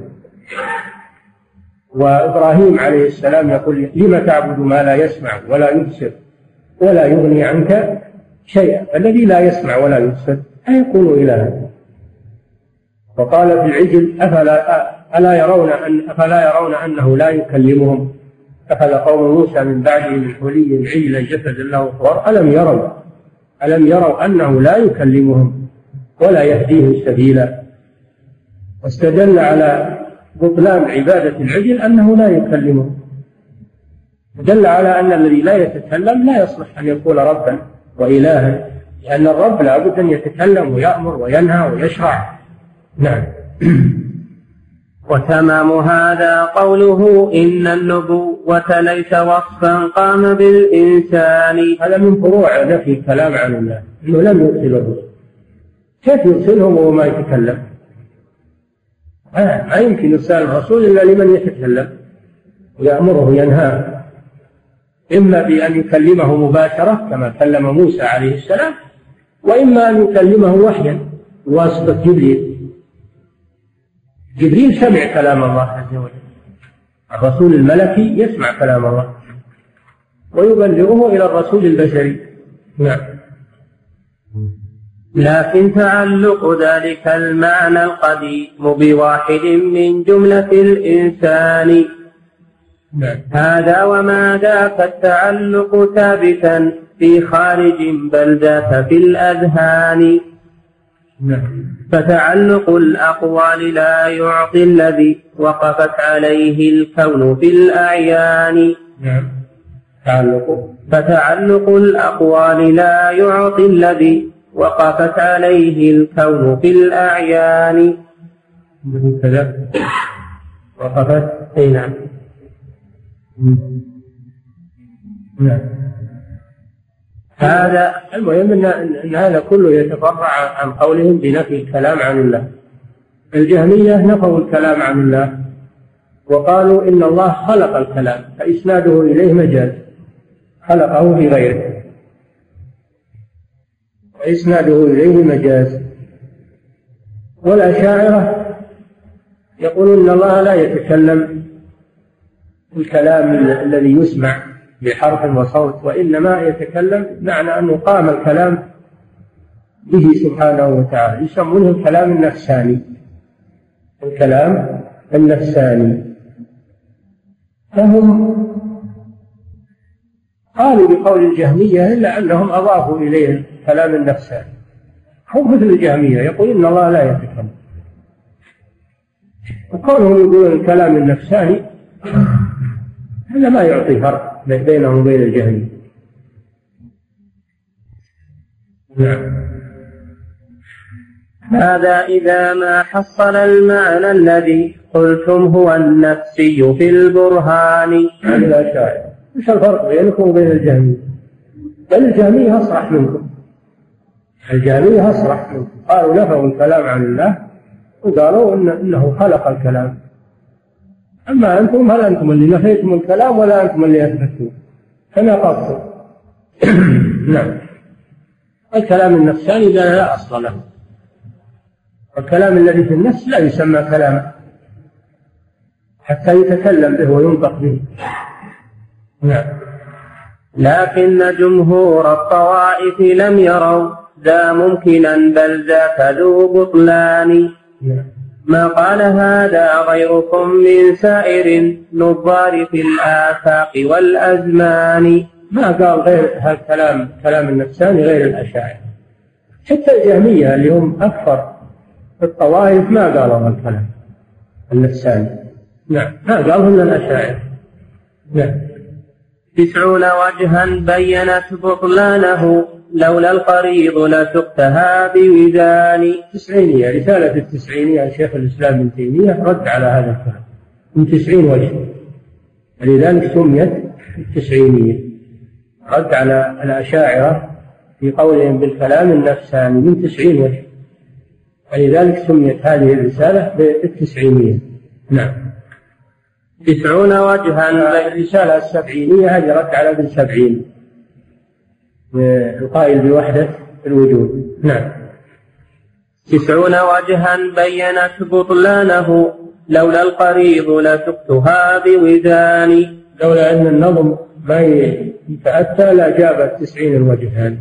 وإبراهيم عليه السلام يقول لما تعبد ما لا يسمع ولا يبصر ولا يغني عنك شيئا. الذي لا يسمع ولا يبصر لا يكون إلها. وقال في العجل أفلا يرون أنه لا يكلمهم. أخذ قوم موسى من بعده من حلي عجلا جسدا له خوار ألم يروا أنه لا يكلمهم ولا يهديهم سبيلا. واستدل على بطلان عبادة العجل أنه لا يكلمهم، دل على أن الذي لا يتكلم لا يصلح أن يكون ربا وإلها، لأن الرب لا بد أن يتكلم ويأمر وينهى ويشرع. نعم. وتمام هذا قوله إن النبوة ليس وصفا قام بالإنسان. هذا من فروع نفي الكلام عن الله، إنه لم يرسل الرسل. كيف يرسلهم وهو ما يتكلم؟ ما يمكن يرسل الرسول إلا لمن يتكلم ويأمره وينهاه، إما بأن يكلمه مباشرة كما كلم موسى عليه السلام، وإما أن يكلمه وحيا بواسطة جبريل سمع كلام الله عز وجل. الرسول الملكي يسمع كلام الله ويبلغه إلى الرسول البشري. نعم. لكن تعلق ذلك المعنى القديم بواحد من جملة الإنسان. نعم. هذا وما ذاك التعلق ثابتا في خارج بل ذاك في الأذهان. فتعلق الأقوال لا يعطي الذي وقفت عليه الكون في الأعيان. فتعلق الأقوال لا يعطي الذي وقفت عليه الكون في الأعيان. وقفت نعم. هذا المهم أن هذا كله يتفرع عن قولهم بنفي الكلام عن الله. الجهمية نفوا الكلام عن الله وقالوا إن الله خلق الكلام فإسناده إليه مجاز، خلقه في غيره وإسناده إليه مجاز. والأشاعرة يقولون إن الله لا يتكلم الكلام الذي يسمع بحرف وصوت، وإنما يتكلم معنى أنه قام الكلام به سبحانه وتعالى، يسمونه الكلام النفساني. الكلام النفساني. فهم قالوا بقول الجهمية إلا أنهم أضافوا إليه الكلام النفساني. هم مثل الجهمية يقول إن الله لا يتكلم، وقولهم يقولون الكلام النفساني هذا ما يعطي فرق بينهم وبين الجهمية. هذا إذا ما حصل المعنى الذي قلتم هو النفسي في البرهان. الأشاعرة ايش الفرق بينكم وبين الجهمية؟ بل الجهمية أصرح منكم. الجهمية أصرح منكم، قالوا نفوا الكلام عن الله وقالوا إنه خلق الكلام. أما أنتم هل أنتم اللي نفيتم الكلام ولا أنتم اللي أثبتوه؟ كما قصوا. نعم. الكلام النفساني لا أصل له، والكلام الذي في النفس لا يسمى كلاما حتى يتكلم به وينطق به. نعم. لكن جمهور الطوائف لم يروا ذا ممكنا بل ذاك ذو بطلان. ما قال هذا غيركم من سائر النظار في الآفاق والأزمان. ما قال غير هذا كلام النفساني غير الأشاعرة. حتى الجهمية اللي هم أكثر في الطوائف ما قالوا الكلام النفساني. نعم. ما قالوا إلا الأشاعرة. نعم. 90 وجها بينت بطلانه لولا القريض لسقتها بوزان. 90 رسالة 90 شيخ الإسلام ابن تيمية رد على هذا الكلام من 90 وجه، ولذلك سميت 90. رد على الأشاعرة في قولهم بالكلام النفساني من 90 وجه، ولذلك سميت هذه الرسالة بالتسعينية. نعم. 90 وجها. الرسالة 70 هذه رد على ابن 70 القائل بوحدة الوجود. نعم. 90 وجها بينت بطلانه لولا القريض لسقتها بوزان. لولا أن النظم ما يتأتى لأجابت 90 الوجه هذه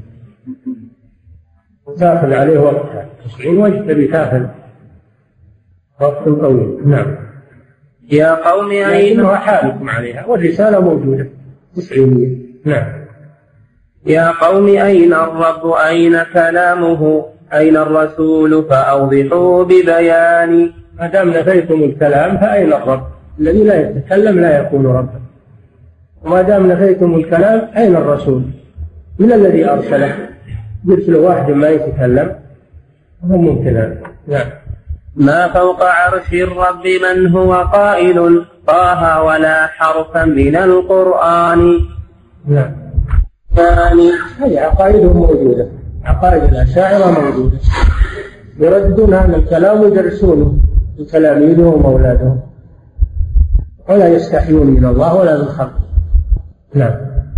وتأخذ عليه وقتها. 90 وجه تبي تأخذ وقت طويل. نعم. يا قوم أين حالكم عليها والرسالة موجودة 90. نعم. يا قوم أين الرب أين كلامه أين الرسول فأوضحوا ببيان. ما دام نفيتم الكلام فأين الرب؟ الذي لا يتكلم لا يكون ربا. وما دام نفيتم الكلام أين الرسول؟ من الذي أرسله؟ مثل واحد ما يتكلم هو ممكن. نعم. ما فوق عرش الرب من هو قائل طه ولا حرفا من القرآن. نعم. هذه عقائدهم موجودة، عقائد الأشاعرة موجودة، يردون هذا الكلام ويدرسونه لتلاميذهم وأولادهم ولا يستحيون من الله ولا من خلقه. نعم.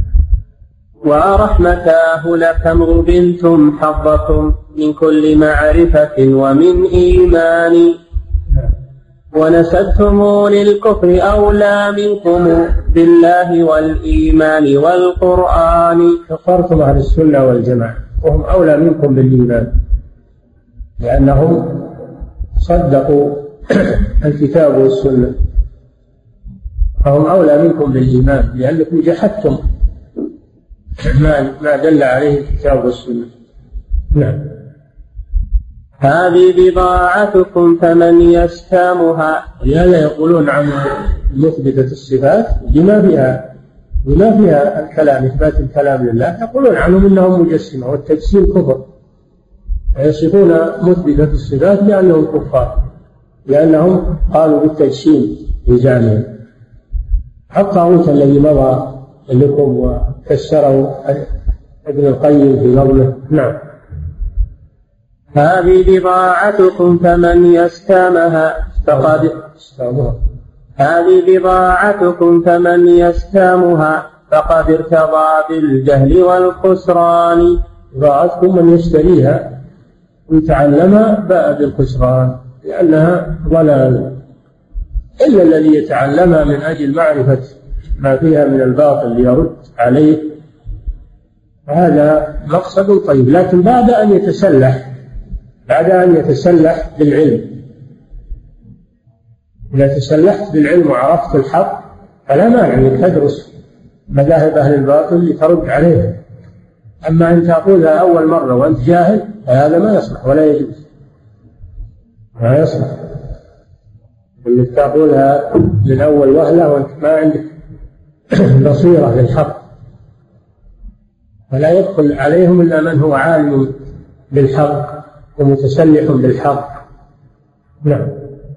ورحمتاه لكم غبنتم حظكم من كل معرفة ومن إيمان. ونسبتم للكفر أولى منكم بالله والإيمان والقرآن. كفرتم أهل السنة والجماعة وهم أولى منكم بالإيمان لأنهم صدقوا الكتاب والسنة، فهم أولى منكم بالإيمان لأنكم جحدتم ما دل عليه الكتاب والسنة. نعم. هذه بضاعتكم فمن يشتامها. لهذا يقولون عن مثبتة الصفات بما فيها الكلام، إثبات الكلام لله، يقولون عنهم إنهم مجسمة، والتجسيم كفر، ويصفون مثبتة الصفات بأنهم كفار، لأنهم قالوا بالتجسيم في زعمهم. الطاغوت الذي مضى لكم وفسره ابن القيم في نظمه. نعم. هذه بضاعتكم فمن يستامها فقد هذه بضاعتكم فمن يستامها فقد ارتضى بالجهل والخسران. بضاعتكم من يشتريها ويتعلمها باء بالخسران، لأنها ضلال، إلا الذي يتعلمها من أجل معرفة ما فيها من الباطل ليرد عليه، هذا مقصد طيب، لكن بعد أن يتسلح بالعلم. إذا تسلحت بالعلم وعرفت الحق فلا مانع أنك تدرس مذاهب أهل الباطل لترد عليه. أما أن تقولها أول مرة وأنت جاهل فهذا ما يصلح ولا يجوز، ما يصلح أنك تقولها من أول وهلة وأنت ما عندك بصيرة للحق، فلا يدخل عليهم إلا من هو عالم بالحق ومتسلح بالحق. نعم.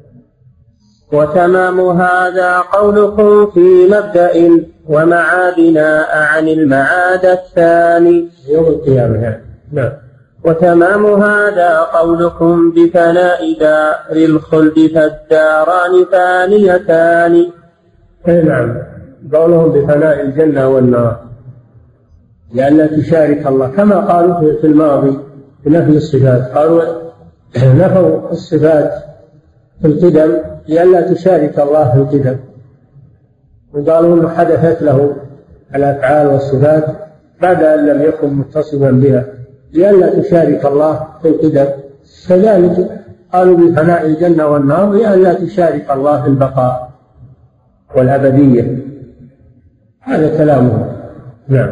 وتمام هذا قولكم في مبدأ ومعادنا عن المعاد الثاني يوم القيامة. نعم. وتمام هذا قولكم بفناء دار الخلد فالداران ثانيتان. نعم، قولهم بفناء الجنة والنار لئلا تشارك الله، كما قالوا في الماضي في نفي الصفات، قالوا نفوا الصفات في القدم لئلا تشارك الله في القدم، وقالوا انه حدثت له الافعال والصفات بعد ان لم يكن متصفا بها لئلا تشارك الله في القدم. كذلك قالوا بفناء الجنة والنار لئلا تشارك الله في البقاء والأبدية. هذا كلامه. نعم.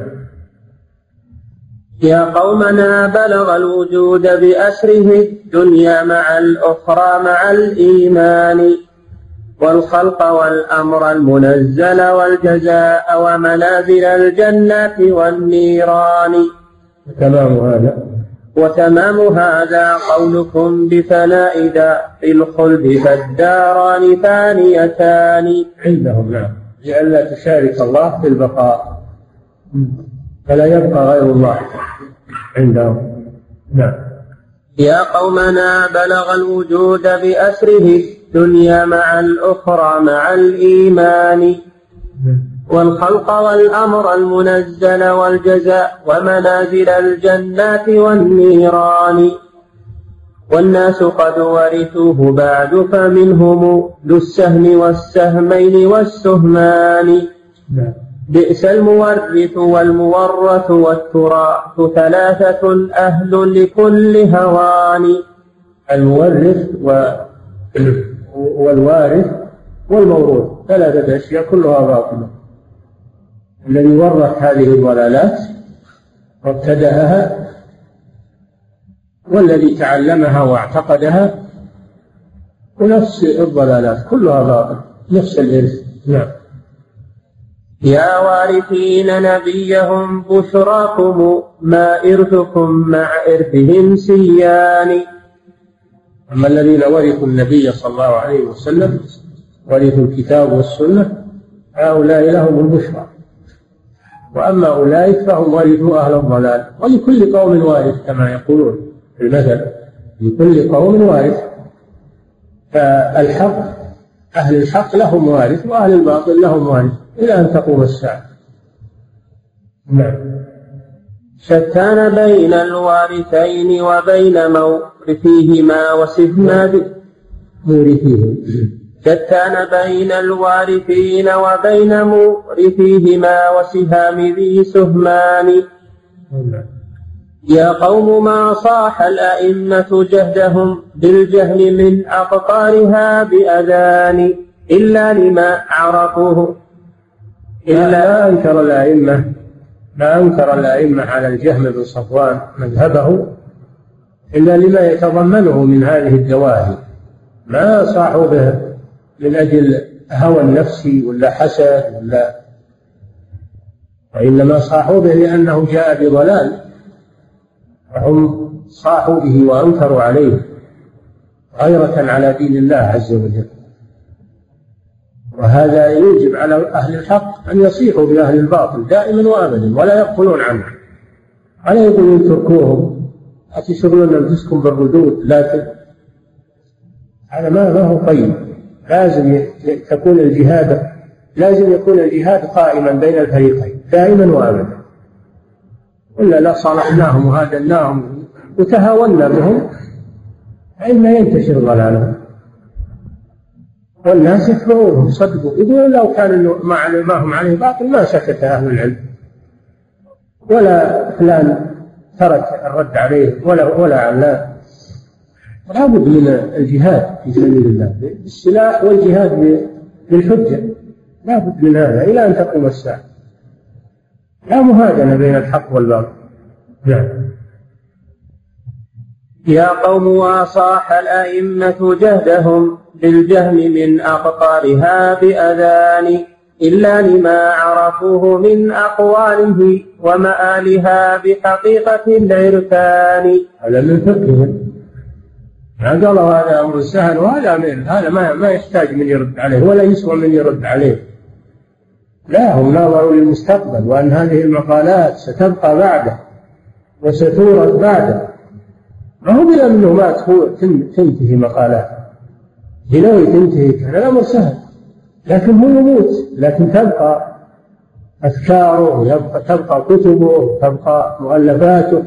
يا قومنا بلغ الوجود بأسره الدنيا مع الأخرى مع الإيمان، والخلق والأمر المنزل والجزاء ومنازل الجنات والنيران. وتمام هذا قولكم بفناء دار الخلد فالداران ثانيتان عندهم. نعم، لئلا تشارك الله في البقاء فلا يبقى غير الله عندهم. نعم. يا قومنا بلغ الوجود بأسره الدنيا مع الأخرى مع الإيمان، والخلق والأمر المنزل والجزاء ومنازل الجنات والنيران، والناس قد ورثوه بعد فمنهم ذو السهم والسهمين والسهمان. بئس المورث والمورث والتراث ثلاثة أهل لكل هوان. المورث والوارث والموروث ثلاثة أشياء كلها باطلة. الذي ورث هذه الضلالات وابتدأها، والذي تعلمها واعتقدها، ونفس الضلالات كلها باطل، نفس الإرث. نعم. يا وارثين نبيهم بشراكم ما إرثكم مع إرثهم سيان. أما الذين ورثوا النبي صلى الله عليه وسلم ورثوا الكتاب والسنة هؤلاء لهم البشرى، وأما أولئك فهم ورثوا أهل الضلال. ولكل قوم وارث كما يقولون في المثل، لكل قوم وارث، فالحق أهل الحق لهم وارث وأهل الباطل لهم وارث إلى أن تقوم الساعة. نعم. شتان بين الوارثين وبين مورثيهما وسهما مورثيهم. شتان بين الوارثين وبين مورثيهما وسهام ذي سهمان. يا قوم ما صاح الأئمة جهدهم بالجهل من أقطارها بأذان إلا لما عرفوه. ما أنكر الأئمة على الجهم بن صفوان مذهبه إلا لما يتضمنه من هذه الدواهي، ما صاحوا به من أجل هوى النفس ولا حسد ولا، وإنما صاحوا به لأنه جاء بضلال، وهم صاحوا به وأنكروا عليه غيرة على دين الله عز وجل. وهذا يوجب على أهل الحق أن يصيحوا بأهل الباطل دائما وأبدا ولا يقبلون عنه، ولا يقولون تركوهم أتشغلون أنفسكم بالردود، لكن هذا ما هو طيب. لازم يكون الجهاد قائما بين الفريقين دائما وأبدا، ولا لا صالحناهم وهادناهم وتهاونا بهم فإن ينتشر ضلالهم، والناس يتبعونهم صدقوا، يقولون لو كان ما هم عليه باطل ما سكت أهل العلم، ولا فلان ترك الرد عليه ولا علان. لا بد من الجهاد في سبيل الله بالسلاح والجهاد بالحجة، لا بد من هذا إلى أن تقوم الساعة، لا مهادنة بين الحق والباطل. نعم. يا قوم وصاح الأئمة جهدهم بالجهم من أقطارها بأذان، إلا لما عرفوه من أقواله ومآلها بحقيقة العرفان. هذا من فقههم، قالوا هذا أمر سهل وهذا أمر، هذا ما يحتاج من يرد عليه ولا يسوى من يرد عليه. لا، هم نظروا للمستقبل وأن هذه المقالات ستبقى بعده وستورد بعده، ما هو بلا منه ما تنتهي مقالات، لو تنتهي كان الأمر سهل، لكن هو يموت، لكن تبقى أفكاره، تبقى كتبه، تبقى مؤلفاته،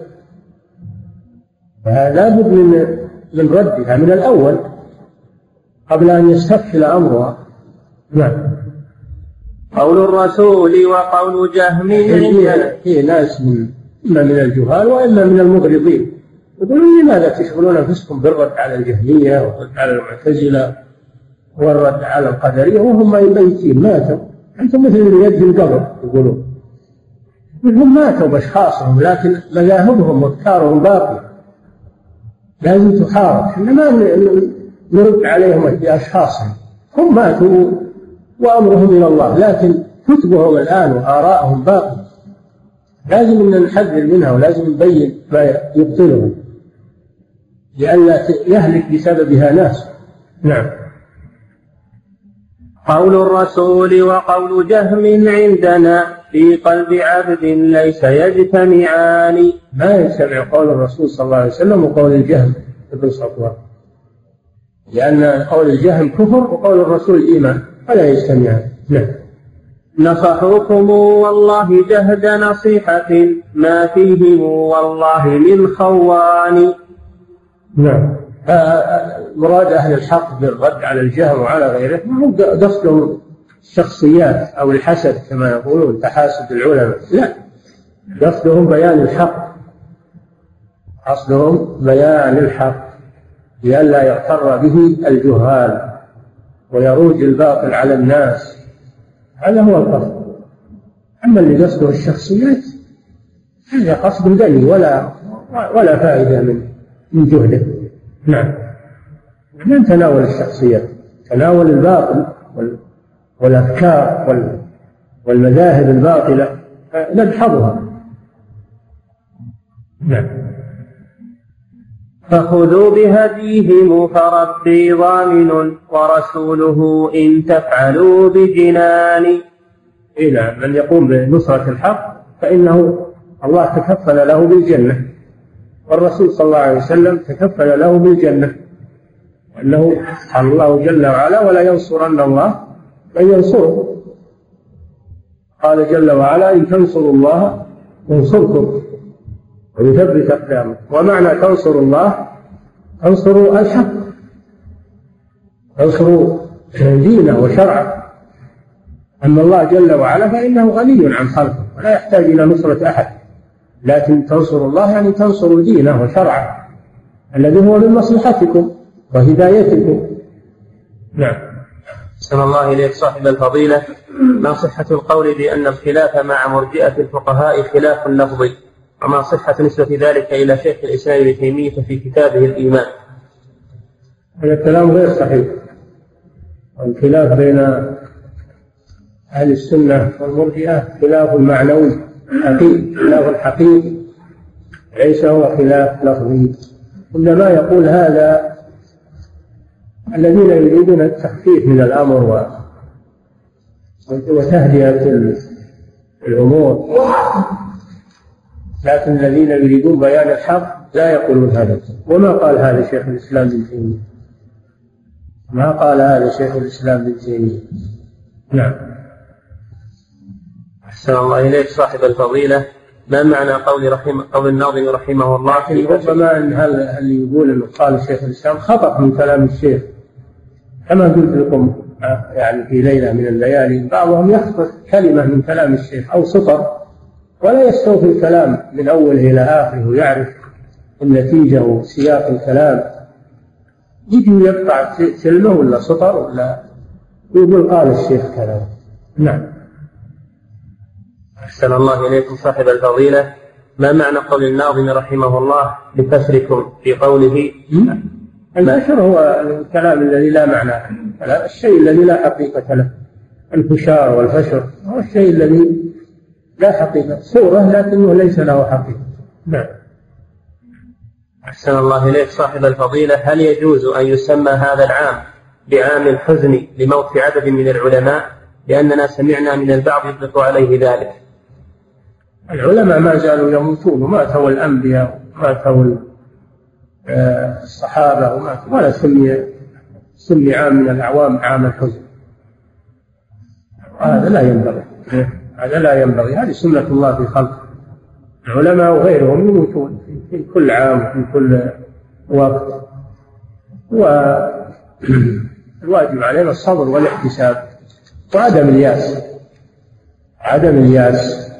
فلا بد من ردها من الأول قبل أن يستفحل أمرها. نعم. قول الرسول وقول جهم في ناس إما من الجهال وإما من المغرضين يقولون لماذا تشغلون أنفسكم بالرد على الجهمية والرد على المعتزلة والرد على القدرية وهم ميتين ماتوا، أنتم مثل اللي يد القبر يقولون، هم ماتوا بأشخاصهم لكن مذاهبهم وأفكارهم باقية، لازم تحارب. احنا ما نرد عليهم بأشخاصهم، هم ماتوا وأمرهم إلى الله، لكن كتبهم الآن وآراءهم باقية، لازم أن نحذر منها ولازم نبين ما يبطلهم لئلا يهلك بسببها ناس. نعم. قول الرسول وقول جهم عندنا في قلب عبد ليس يجتمعان. ما يجتمع قول الرسول صلى الله عليه وسلم وقول الجهم ابن صفوان، لأن قول الجهم كفر وقول الرسول إيمان فلا يجتمعان. نعم. نصحوكم والله جهد نصيحة ما فيهم والله من خوان. نعم. مراد أهل الحق بالرد على الجهم وعلى غيره ما هو قصدهم الشخصيات أو الحسد كما يقولون تحاسد العلماء، لا، قصدهم بيان الحق، قصدهم بيان الحق لئلا يغتر به الجهال ويروج الباطل على الناس، هذا هو القصد. أما اللي قصده الشخصيات هذا قصد دني ولا فائدة من جهده. نعم. من تناول الشخصيات، تناول الباطل والأفكار والمذاهب الباطلة ندحضها. نعم. فخذوا بهديهم فربي ضامن ورسوله إن تفعلوا بجنان. إلى من يقوم بنصرة الحق فإنه الله تكفل له بالجنة، والرسول صلى الله عليه وسلم تكفل له بالجنة، أنه قال الله جل وعلا ولا ينصرن الله من ينصره، قال جل وعلا إن تنصروا الله ينصركم ويثبت أقدامكم. ومعنى تنصروا الله تنصروا الحق، تنصروا دينه وشرعه. أما الله جل وعلا فإنه غني عن خلقه ولا يحتاج إلى نصرة أحد، لكن تنصروا الله يعني تنصروا دينه وشرعه الذي هو من مصلحتكم وهدايتكم. نعم. أحسن الله إليك صاحب الفضيلة. ما صحة القول بأن الخلاف مع مرجئة الفقهاء خلاف لفظي وما صحة نسبة ذلك إلى شيخ الإسلام ابن تيمية في كتابه الإيمان؟ هذا الكلام غير صحيح. الخلاف بين أهل السنة والمرجئة خلاف معنوي حقيقي، خلاف حقيقي ليس هو خلاف لفظي. إنما يقول هذا الذين يريدون التخفيف من الأمر وتهدئة الأمور، لكن الذين يريدون بيان الحق لا يقولون هذا. وما قال هذا شيخ الإسلام ابن تيمية، ما قال هذا شيخ الإسلام ابن تيمية. نعم. أحسن الله إليك صاحب الفضيلة، ما معنى قول الناظم رحمه الله؟ ربما أن اللي يقول أنه قال شيخ الإسلام خطأ من كلام الشيخ، كما قلت لكم يعني في ليلة من الليالي بعضهم يخطئ كلمة من كلام الشيخ أو سطر ولا يستوفي الكلام من أوله إلى آخره ويعرف النتيجة وسياق الكلام، يجي يقطع كلمة ولا سطر ولا يقول قال الشيخ كلام. نعم. أحسن الله إليكم صاحب الفضيلة، ما معنى قول الناظم رحمه الله لفشركم في قوله؟ الفشر هو الكلام الذي لا معنى له، الشيء الذي لا حقيقة له. الفشار والفشر هو الشيء الذي لا حقيقة، صورة لكنه ليس له حقيقة. نعم. أحسن الله إليك صاحب الفضيلة، هل يجوز أن يسمى هذا العام بعام الحزن لموت عدد من العلماء؟ لأننا سمعنا من البعض يطلق عليه ذلك. العلماء ما زالوا يموتون، وماتوا الأنبياء وماتوا الصحابة وماتوا، ولا سمي عام من الأعوام عام الحزن. هذا لا ينبغي، هذا لا ينبغي، هذه سنة الله في خلقه. العلماء وغيرهم يموتون في كل عام في كل وقت، والواجب علينا الصبر والاحتساب وعدم الياس، عدم الياس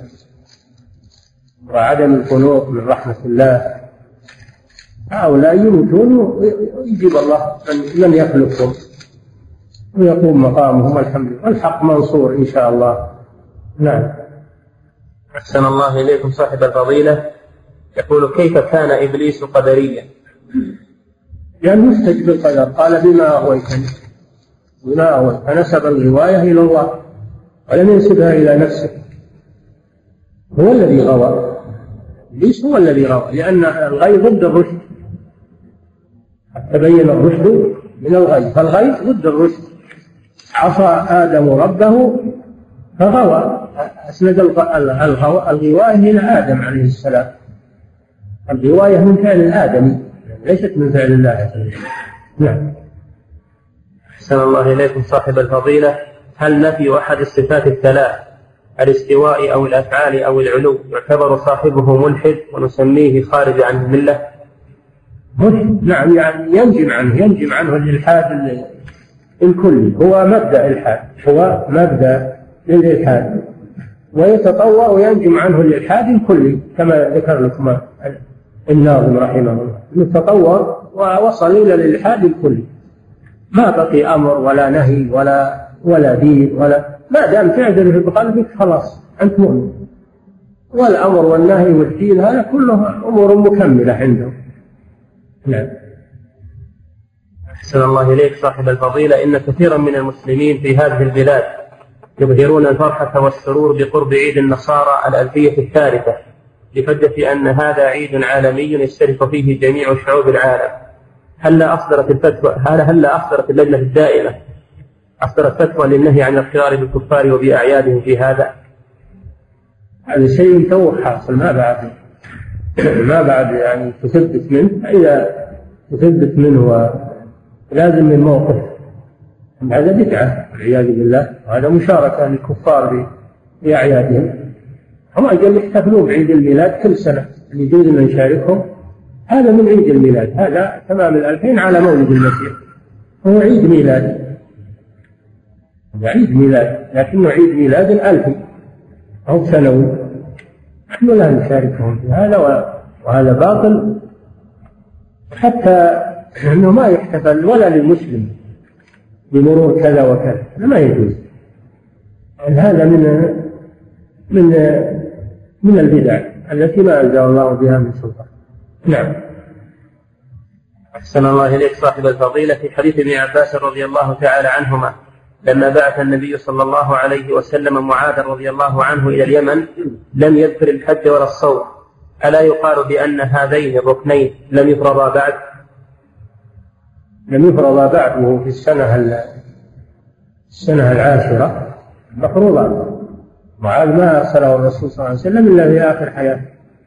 وعدم القنوط من رحمة الله. هؤلاء يموتون ويجيب الله من يخلقهم ويقوم مقامهم، والحمد لله، والحق منصور إن شاء الله. نعم. أحسن الله إليكم صاحب الفضيلة، يقول كيف كان إبليس قدريا؟ يعني يحتج بالقدر، قال بما أغويتني، بما أغويت، فنسب الغواية إلى الله ولم ينسبها إلى نفسه. هو الذي غوى، إبليس هو الذي غوى، لأن الغي ضد الرشد، حتى بين الرشد من الغي، فالغي ضد الرشد. عصى آدم ربه فغوى، أسند الغواية إلى آدم عليه السلام. الغواية من فعل الآدمي ليست من فعل الله. نعم. أحسن الله إليكم صاحب الفضيلة، هل نفي أحد الصفات الثلاث الاستواء أو الأفعال أو العلو يعتبر صاحبه ملحد ونسميه خارج عن الملة؟ نعم، يعني ينجم عنه الإلحاد الكلي، هو مبدأ الإلحاد، هو مبدأ للإلحاد، ويتطور وينجم عنه الإلحاد الكلي كما ذكر لكم الناظم رحمه الله، يتطور ووصل إلى الإلحاد الكلي، ما بقي أمر ولا نهي ولا دين ما دام تعدل بقلبك خلاص أنت مؤمن. والأمر والنهي والدين هذا كله أمور مكملة عنده. نعم. أحسن الله إليك صاحب الفضيلة، إن كثيرا من المسلمين في هذه البلاد يظهرون الفرحة والسرور بقرب عيد النصارى الألفية الثالثة لحجة أن هذا عيد عالمي يشترك فيه جميع شعوب العالم. هل أصدرت اللجنة الدائمة فتوى للنهي عن الاضطرار بالكفار وبأعيادهم في هذا؟ هذا شيء تو حاصل، ما بعد يعني تثبت منه، إذا تثبت منه ولازم من موقف، هذا بدعة والعياذ بالله، وهذا مشاركة للكفار بأعيادهم. هم أجل يحتفلون بعيد الميلاد كل سنة، اللي يجوز أن نشاركهم، هذا من عيد الميلاد، هذا تمام 2000 على مولد المسيح، هو عيد ميلاد، عيد ميلاد، لكنه عيد ميلاد 1000 أو سنوي، نحن لا نشاركهم في هذا، وهذا باطل، حتى أنه ما يحتفل ولا للمسلم بمرور كذا وكذا، ما يجوز. هذا من البدع، التي ما أنزل الله بها من سلطان. نعم. أحسن الله إليك صاحب الفضيلة. في حديث ابن عباس رضي الله تعالى عنهما لما بعث النبي صلى الله عليه وسلم معاذ رضي الله عنه إلى اليمن لم يذكر الحج ولا الصوم، ألا يقال بأن هذين الركنين لم يفرضا بعد؟ لم يفرضا بعد، وهو في السنة العاشرة مفروضا. معاذ ما أرسله الرسول صلى الله عليه وسلم إلا في آخر حياته،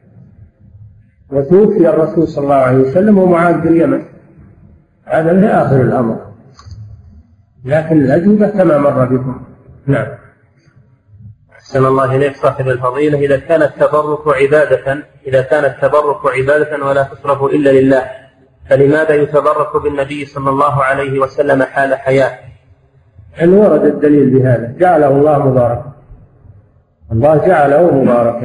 وتوفي الرسول صلى الله عليه وسلم ومعاذ باليمن، هذا في آخر الأمر، لكن الأجوبة كما مر بكم. نعم. أحسن الله إليك صاحب الفضيلة. إذا كان التبرك عبادة ولا تصرف إلا لله، فلماذا يتبرك بالنبي صلى الله عليه وسلم حال حياة؟ أن ورد الدليل بهذا، جعله الله مباركا، الله جعله مباركا،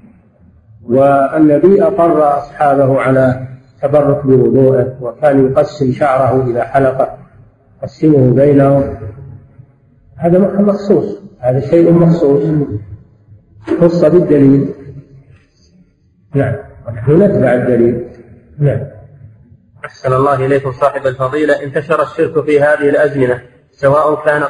والنبي أقر أصحابه على تبرك بوضوءه، وكان يقسم شعره إلى حلقة يقسمه بينهم، هذا مخصوص، هذا شيء مخصوص خص بالدليل. نعم، ونحن نتبع الدليل. نعم. أحسن الله إليكم صاحب الفضيلة. انتشر الشرك في هذه الأزمنة سواء كان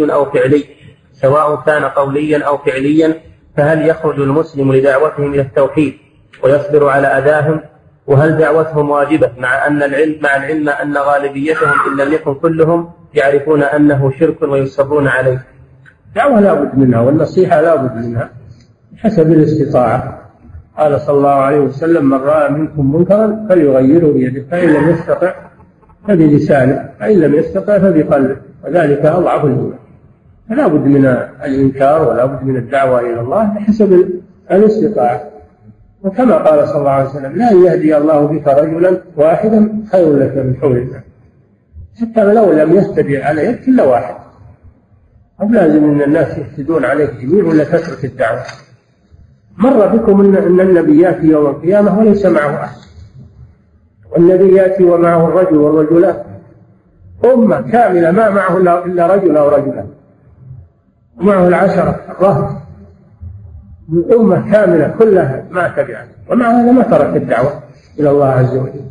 قوليا أو فعليا، فهل يخرج المسلم لدعوتهم إلى التوحيد ويصبر على أذاهم؟ وهل دعوتهم واجبة مع العلم أن غالبيتهم إن لم يكن كلهم يعرفون أنه شرك ويصرون عليه؟ دعوة لا بد منها، والنصيحة لا بد منها حسب الاستطاعة. قال صلى الله عليه وسلم: من رأى منكم منكرا فليغيره بيده، فإن لم يستطع فبلسانه، فإن لم يستطع فبقلبه، وذلك أضعف الإيمان. فلا بد من الإنكار ولا بد من الدعوة إلى الله بحسب الاستطاعة. وكما قال صلى الله عليه وسلم: لا يهدي الله بك رجلا واحدا خير لك من حمر النعم، حتى لو لم يهتدي عليك إلا واحد. أو لازم أن الناس يهتدون عليك جميع ولا تترك الدعوة. مر بكم أن النبي يأتي يوم القيامة وليس معه أحد، والنبي يأتي ومعه الرجل والرجلان، أمة كاملة ما معه إلا رجل أو رجلان، ومعه 10 الرهط، أمة كاملة كلها ما تبعه، ومع هذا ما ترك الدعوة إلى الله عز وجل.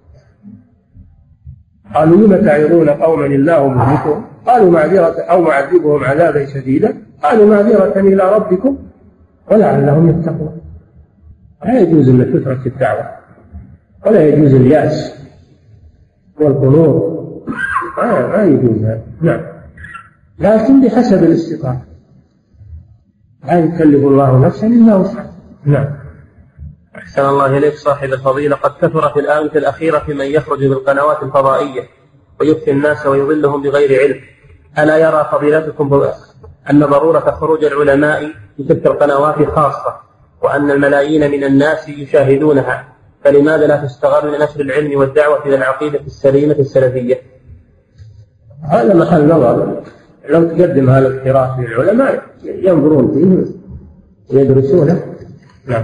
قالوا: لم تعظون قوما الله مهلكهم؟ قالوا: معذرة أو معذبهم عذابا شديدا. قالوا: معذرة إلى ربكم ولعلهم يتقون. لا يجوز أن تترك الدعوة، ولا يجوز اليأس والقنوط، ما يجوز هذا. نعم، لكن بحسب الاستطاعة، لا يكلف الله نفسا إلا وسعها. نعم. أحسن الله إليك صاحب الفضيلة. قد كثر في الآونة الأخيرة في من يخرج بالقنوات الفضائية ويفتي الناس ويضلهم بغير علم، ألا يرى فضيلتكم أن ضرورة خروج العلماء في تلك القنوات خاصة، وأن الملايين من الناس يشاهدونها، فلماذا لا تستغل لنشر العلم والدعوة إلى العقيدة السليمة السلفية؟ هذا محل نظر. لو تقدم هذا الاقتراح للعلماء ينظرون فيه ويدرسونه. نعم.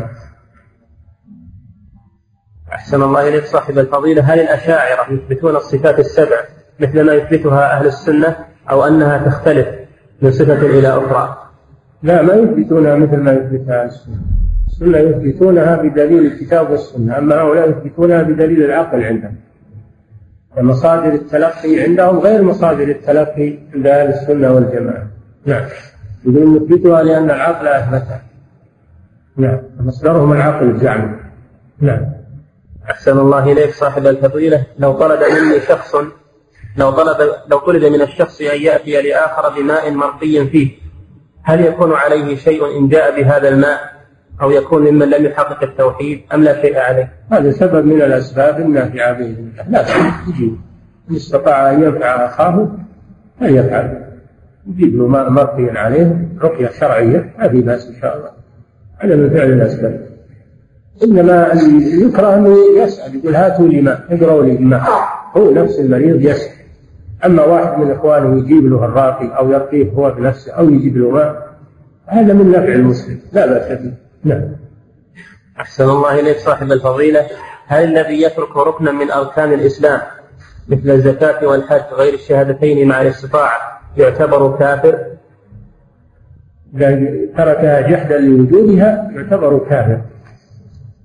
أحسن الله إليك صاحب الفضيلة. هل الأشاعرة يثبتون الصفات السبع مثل ما يثبتها أهل السنة، أو أنها تختلف من صفة إلى أخرى؟ لا، ما يثبتونها مثل ما يثبتها أهل السنة. السنة يثبتونها بدليل الكتاب والسنة، أما هؤلاء يثبتونها بدليل العقل عندهم. ومصادر التلقي عندهم غير مصادر التلقي عند أهل السنة والجماعة. نعم، يقولون نثبتها لأن العقل أثبتها. نعم، مصدرهم العقل الزعمي. نعم. أحسن الله إليك صاحب الفضيلة. لو طلب من الشخص أن يأتي لآخر بماء مرقي فيه، هل يكون عليه شيء إن جاء بهذا الماء، أو يكون ممن لم يحقق التوحيد، أم لا شيء عليه؟ هذا سبب من الأسباب النافعة بإذن الله. لا يجيب، إن استطاع أن ينفع أخاه فليفعل، يجيب له ماء مرقيا عليه، رقية شرعية، ما في بأس إن شاء الله. هذا من فعل الأسباب. إنما يكره أنه يسأل، يقول: هاتوا لي ماء، اقرأوا لي الماء. هو نفس المريض يسأل. أما واحد من إخوانه يجيب له الراقي أو يرقيه هو بنفسه أو يجيب له ماء، هذا من نفع المسلم، لا بأس به. نعم. أحسن الله إليك صاحب الفضيلة. هل الذي يترك ركنا من أركان الإسلام مثل الزكاة والحج غير الشهادتين مع الاستطاعة يعتبر كافر؟ إذا تركها جحدا لوجودها يعتبر كافر،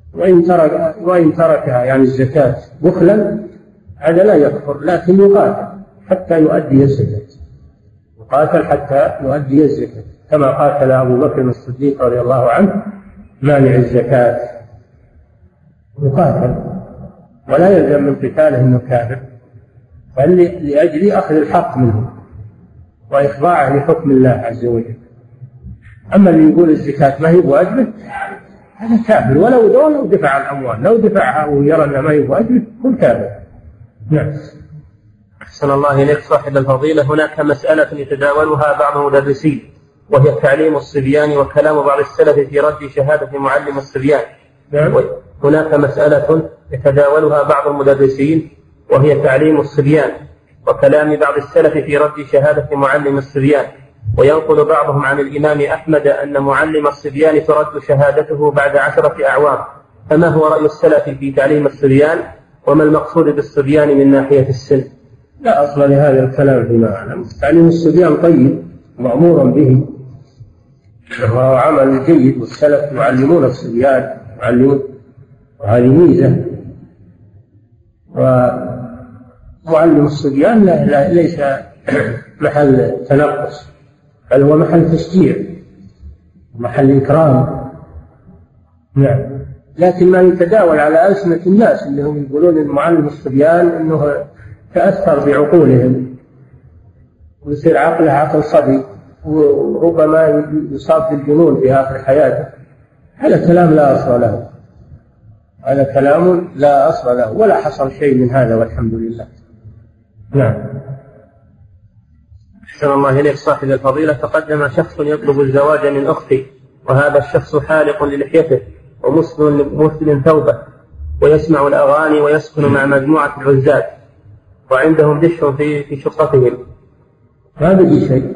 وإن تركها يعني الزكاة بخلا هذا لا يكفر، لكن يقاتل حتى يؤدي الزكاة، يقاتل حتى يؤدي الزكاة، كما قاتل أبو بكر الصديق رضي الله عنه مانع الزكاة، يقاتل ولا يلزم من قتاله أنه كافر، بل لأجل أخذ الحق منه وإخضاعه لحكم الله عز وجل. أما اللي يقول الزكاة ما هي بواجبه هذا كافر، ولو دفع الأموال، لو دفعها ويرى أنها ما هي بواجبه كل كافر. نعم. أحسن الله إليك صاحب الفضيلة. هناك مسألة يتداولها بعض المدرسين، وهي تعليم الصبيان وكلام بعض السلف في رد شهادة معلم الصبيان. هناك مسألة يتداولها بعض المدرسين، وهي تعليم الصبيان وكلام بعض السلف في رد شهادة معلم الصبيان. وينقل بعضهم عن الإمام أحمد أن معلم الصبيان ترد شهادته بعد 10 أعوام. فما هو رأي السلف في تعليم الصبيان، وما المقصود بالصبيان من ناحية السن؟ لا أصل لهذا الكلام فيما أعلم. تعليم الصبيان طيب مأمورا به وهو عمل جيد، والسلف يعلمون الصبيان وهذه ميزة. ومعلم الصبيان ليس محل تنقص، بل هو محل تشجيع ومحل إكرام. نعم. لكن ما يتداول على ألسنة الناس اللي هم يقولون المعلم الصبيان أنه تأثر بعقولهم ويصير عقله عقل صبي وربما يصاب بالجنون في آخر حياته، هذا كلام لا أصل له، هذا كلام لا أصل له ولا حصل شيء من هذا والحمد لله. نعم. أحسن الله إليك صاحب الفضيلة. تقدم شخص يطلب الزواج من أختي، وهذا الشخص حالق للحيته ومسلم ثوبه، ويسمع الأغاني ويسكن مع مجموعة العزاب، وعندهم دش في شقتهم. ما بقي شيء.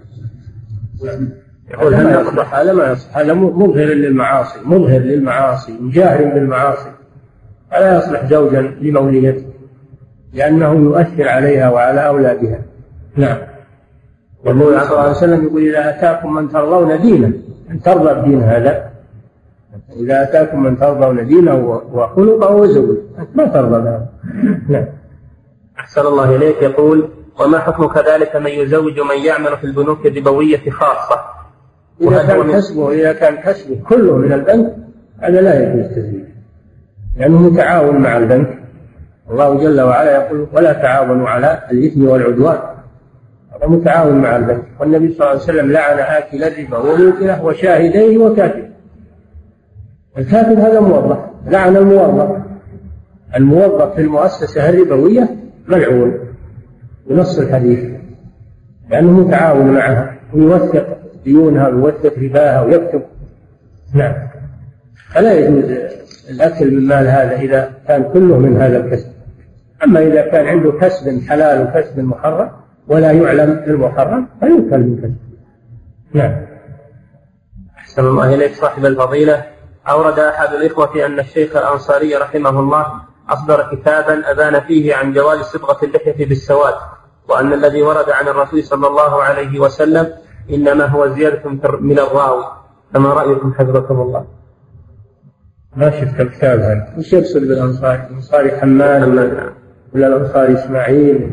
يقول هذا يصلح، هذا ما يصلح، هذا مظهر للمعاصي مجاهر بالمعاصي، فلا يصلح زوجا لموليته لأنه يؤثر عليها وعلى أولادها. نعم. والنبي صلى الله عليه وسلم يقول إذا أتاكم من ترضون دينه، أن ترضى بدين هذا، إذا أتاكم من ترضون دينه وخلقه وزوجه ما ترضى هذا. نعم. أحسن الله إليك. يقول وما حكم كذلك من يزوج من يعمل في البنوك الربوية خاصة؟ إذا كان كسبه كله من البنك هذا لا يجوز التزويج، لأنه متعاون مع البنك. الله جل وعلا يقول ولا تعاونوا على الإثم والعدوان، هذا متعاون مع البنك. والنبي صلى الله عليه وسلم لعن آكل الربا وموكله وشاهديه وكاتب. الكاتب هذا موظف، لعن الموظف في المؤسسة الربوية ملعون بنص الحديث، لأنه متعاون معها ويوثق ديونها ويوثق رباها ويكتب. نعم. فلا يجوز الأكل من مال هذا إذا كان كله من هذا الكسب. أما إذا كان عنده كسب حلال وكسب محرم ولا يعلم المحرم فيؤكل من كسب. نعم. أحسن الله إليك صاحب الفضيلة. أورد أحد الإخوة أن الشيخ الأنصاري رحمه الله أصدر كتابا أبان فيه عن جواز صبغة اللحية بالسواد، وأن الذي ورد عن الرسول صلى الله عليه وسلم إنما هو زيادة من الراوي، فما رأيكم حفظكم الله؟ ما شفت الكتاب هذا. وش يقصد بالأنصاري؟ الأنصاري حماد ولا الأنصاري إسماعيل؟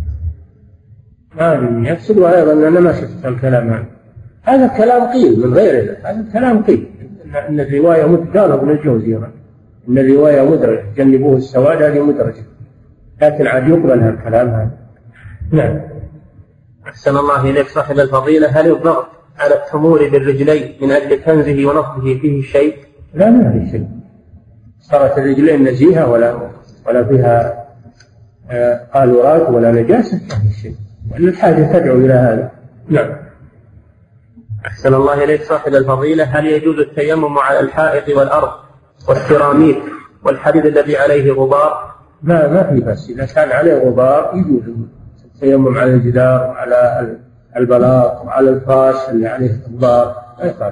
ما يقصد. وأيضا أنا ما شفت الكلام هذا كلام قيل من غيره، هذا كلام قيل أن الرواية مدرجة. ابن الجوزي أن الرواية مدرجة، جنبوه السواد هذه مدرجة، لكن عاد يقبل هالكلام هذا. نعم. أحسن الله إليك صاحب الفضيلة. هل الضغط على التمور بالرجلين من أجل كنزه ونصبه فيه شيء؟ لا، ما في شيء. صارت الرجلين نزيهة ولا فيها قالورات ولا نجاسة، ما في شيء، وأن الحاجة تدعو إلى هذا. نعم. أحسن الله إليك صاحب الفضيلة. هل يجوز التيمم على الحائط والأرض والسيراميك والحديد الذي عليه غبار؟ ما في بس، إذا كان عليه غبار يجوز التيمم على الجدار وعلى البلاط وعلى الفراش اللي عليه غبار ما يخالف،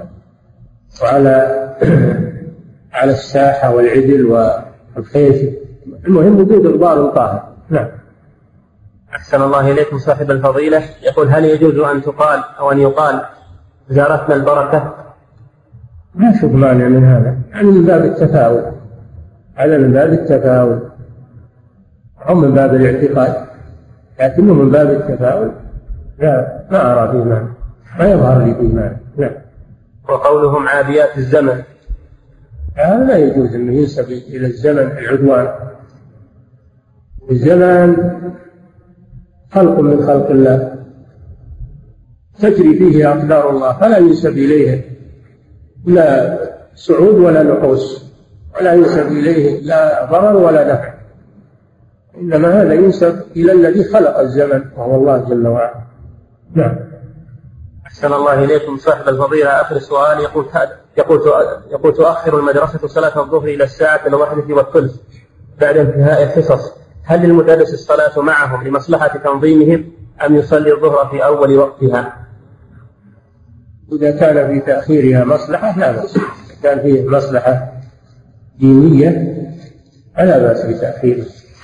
على الساحة والعدل والخيش، المهم وجود غبار طاهر. نعم. أحسن الله إليكم صاحب الفضيلة. يقول هل يجوز أن تقال أو أن يقال زارتنا البركة؟ ما شوف مانع من هذا، يعني من باب التفاؤل. هذا من باب التفاؤل، هم من باب الاعتقاد، لكنه من باب التفاؤل لا، ما أرى فيه معنى، ما يظهر لي فيه معنى. نعم. وقولهم عاديات الزمن، هذا لا يجوز أنه ينسب إلى الزمن العدوان. الزمن خلق من خلق الله تجري فيه أقدار الله، فلا ينسب إليه لا صعود ولا نقوص، ولا ينسب إليه لا ضرر ولا نفع، إنما هذا ينسب إلى الذي خلق الزمن وهو الله جل وعلا. نعم. أحسن الله إليكم صاحب الفضيلة. آخر سؤال يقول تؤخر المدرسة صلاة الظهر إلى الساعة 1:03 بعد انتهاء الحصص، هل للمدرس الصلاة معهم لمصلحة تنظيمهم أم يصلي الظهر في أول وقتها؟ إذا كان في تأخيرها مصلحة لا بأس، إذا كان فيه مصلحة دينية فلا بأس بتأخيره.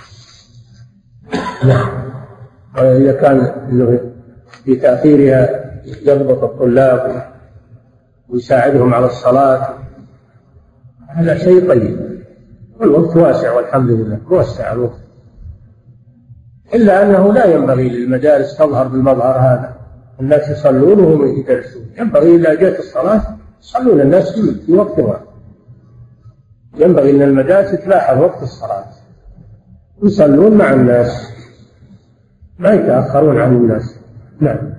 نعم. وإذا كان في تأخيرها يضبط الطلاب ويساعدهم على الصلاة هذا شيء طيب، والوقت واسع والحمد لله، موسع الوقت، إلا أنه لا ينبغي للمدارس تظهر بالمظهر هذا، الناس يصلون وهم يدرسون، ينبغي إذا جاءت الصلاة يصلون الناس في وقت واحد، ينبغي أن المدارس تلاحظ وقت الصلاة يصلون مع الناس ما يتأخرون عن الناس. نعم.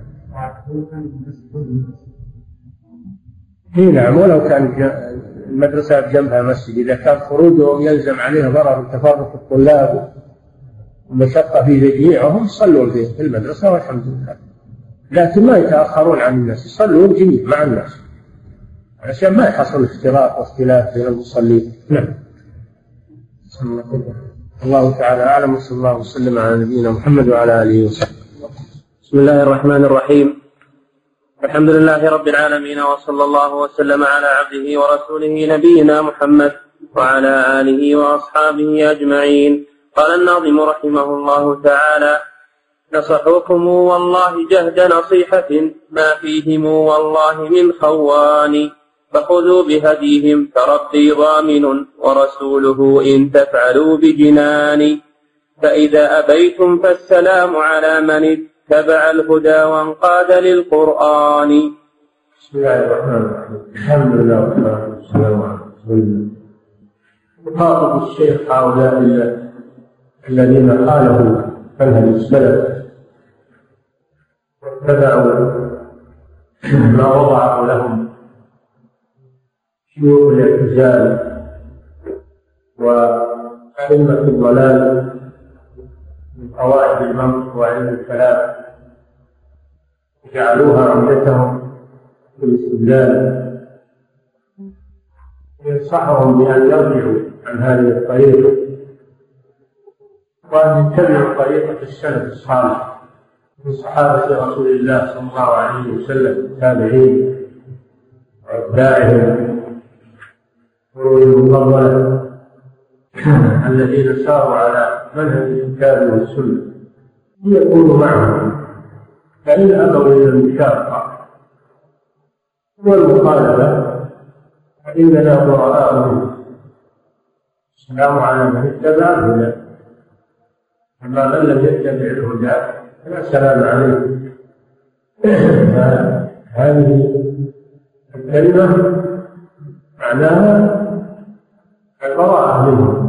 نعم. ولو كان المدرسة جنبها مسجد، إذا كان خروجهم يلزم عليه ضرر تفرق الطلاب ومشقة في تجميعهم يصلون في المدرسة والحمد لله، لكن ما يتأخرون عن الناس، يصلون جميع مع الناس عشان ما يحصل اختلاط واختلاف بين المصلين. نعم. الله تعالى أعلم، وصلى الله وسلم على نبينا محمد وعلى آله وصحبه. بسم الله الرحمن الرحيم، الحمد لله رب العالمين، وصلى الله وسلم على عبده ورسوله نبينا محمد وعلى آله وأصحابه أجمعين. قال الناظم رحمه الله تعالى: نصحوكم والله جهد نصيحة ما فيهم والله من خوان، فخذوا بهديهم فربي ضامن ورسوله إن تفعلوا بجنان، فإذا أبيتم فالسلام على من اتبع الهدى وانقاد للقرآن. بسم الله الرحمن الرحيم، الحمد لله والصلاة والسلام على رسول الله. يخاطب الشيخ هؤلاء الذين خالفوا منهج السلف واتبعوا ما وضعه لهم شيوخ الاعتزال وأئمة الضلال من قواعد المنطق وعلم الكلام، جعلوها عمدتهم في الاستدلال. ينصحهم بأن يرجعوا عن هذه الطريقة وأن يتبعوا طريقة السلف الصالح من صحابة رسول الله صلى الله عليه وسلم، التابعين وأتباعهم المفضلة الذين ساروا على منهج الكتاب والسنة، ليكونوا معهم، فإن أبوا إلى المشاقة والمخالفة فإننا براء منه. السلام على من اتبع الهدى، أما من لم يتبع الهدى فلا سلام عليه. هذه الكلمة معناها البراءة منهم،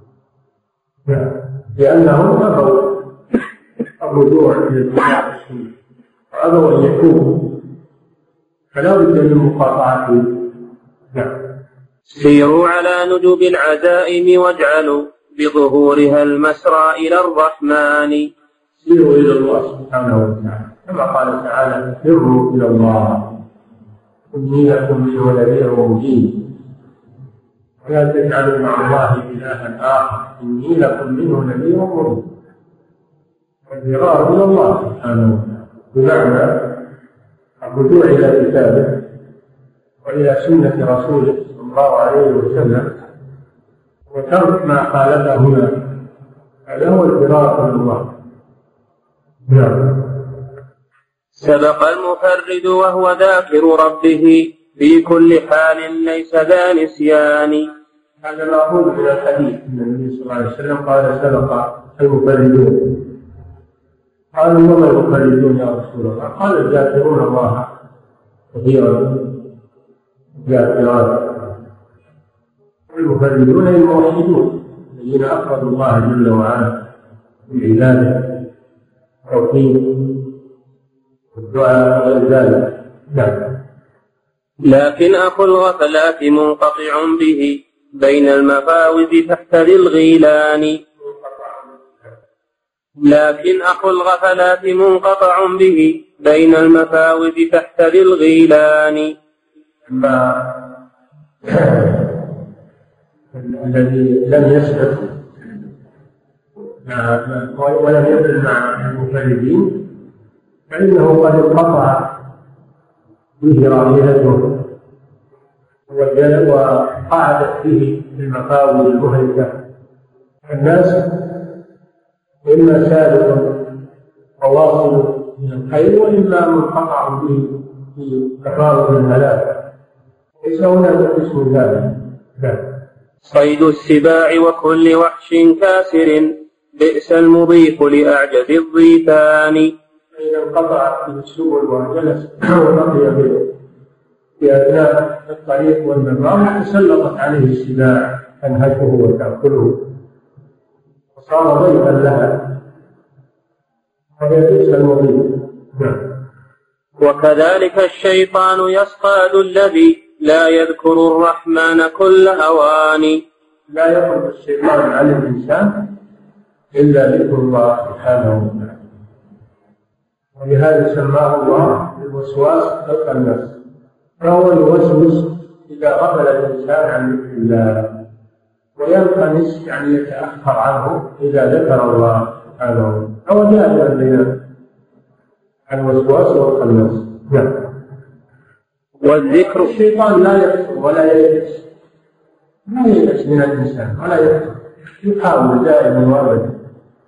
لأنهم أبوا الرجوع إلى اتباع السنة وأبوا أن يكونوا، فلا بد من مقاطعتهم. سيروا على ندب العزائم واجعلوا بظهورها المسرى إلى الرحمن. سيروا إلى الله سبحانه وتعالى كما قال تعالى: سروا إلى الله إني لكم منه نذير مبين، ولا تجعلوا مع الله إلها آخر إني لكم منه نذير مبين. الفرار إلى الله سبحانه وتعالى بمعنى الرجوع إلى كتابه وإلى سنة رسوله صلى الله عليه وسلم وترك ما خالفهما، هذا هو الفرار إلى الله. سبق المفرد وهو ذاكر ربه في كل حال ليس ذا نسيان، هذا مأخوذ من الحديث أن النبي صلى الله عليه وسلم قال سبق المفردون. قالوا وما المفردون يا رسول الله؟ قال الذاكرون الله كثيرا ذاكرات. المفردون الموحدون الذين أفردوا الله جل وعلا بالعبادة والتوحيد والدعاء وغير ذلك. نعم. لكن أخو الغفلات منقطع به بين المفاوز تحت ذي الغيلان. لكن أخو الغفلات منقطع به بين المفاوز تحت ذي الغيلان. الذي لم يسبق ولم يكن مع المفردين فإنه قد انقطع به راحلته وقعدت به المفاوز المهلكة. الناس إما سابق وواصل من الخير وإما منقطع به في تفاوت الهلاك. ليس هناك اسم ذلك. صيد السباع وكل وحش كاسر بئس المضيف لأعجز الضيفان. فإذا انقطعت به السبل وجلس وبقي في أثناء الطريق والممر تسلطت عليه السباع تنهشه وتأكله وصار ضيفا لها وهي بئس المضيف. وكذلك الشيطان يصطاد الذي لا يذكر الرحمن كل أوان. لا يخرج الشيطان عن الإنسان إلا ذكر الله سبحانه وتعالى. ولهذا سماه الله الوسواس الخناس. فهو يوسوس إذا غفل الإنسان عن ذكر الله، وينخنس يعني يتأخر عنه إذا ذكر الله سبحانه وتعالى. هو جاهل بين الوسواس والخناس. والذكر الشيطان لا يكفر ولا ييأس، لا ييأس من الإنسان ولا يكفر، يحاول دائما وابدا.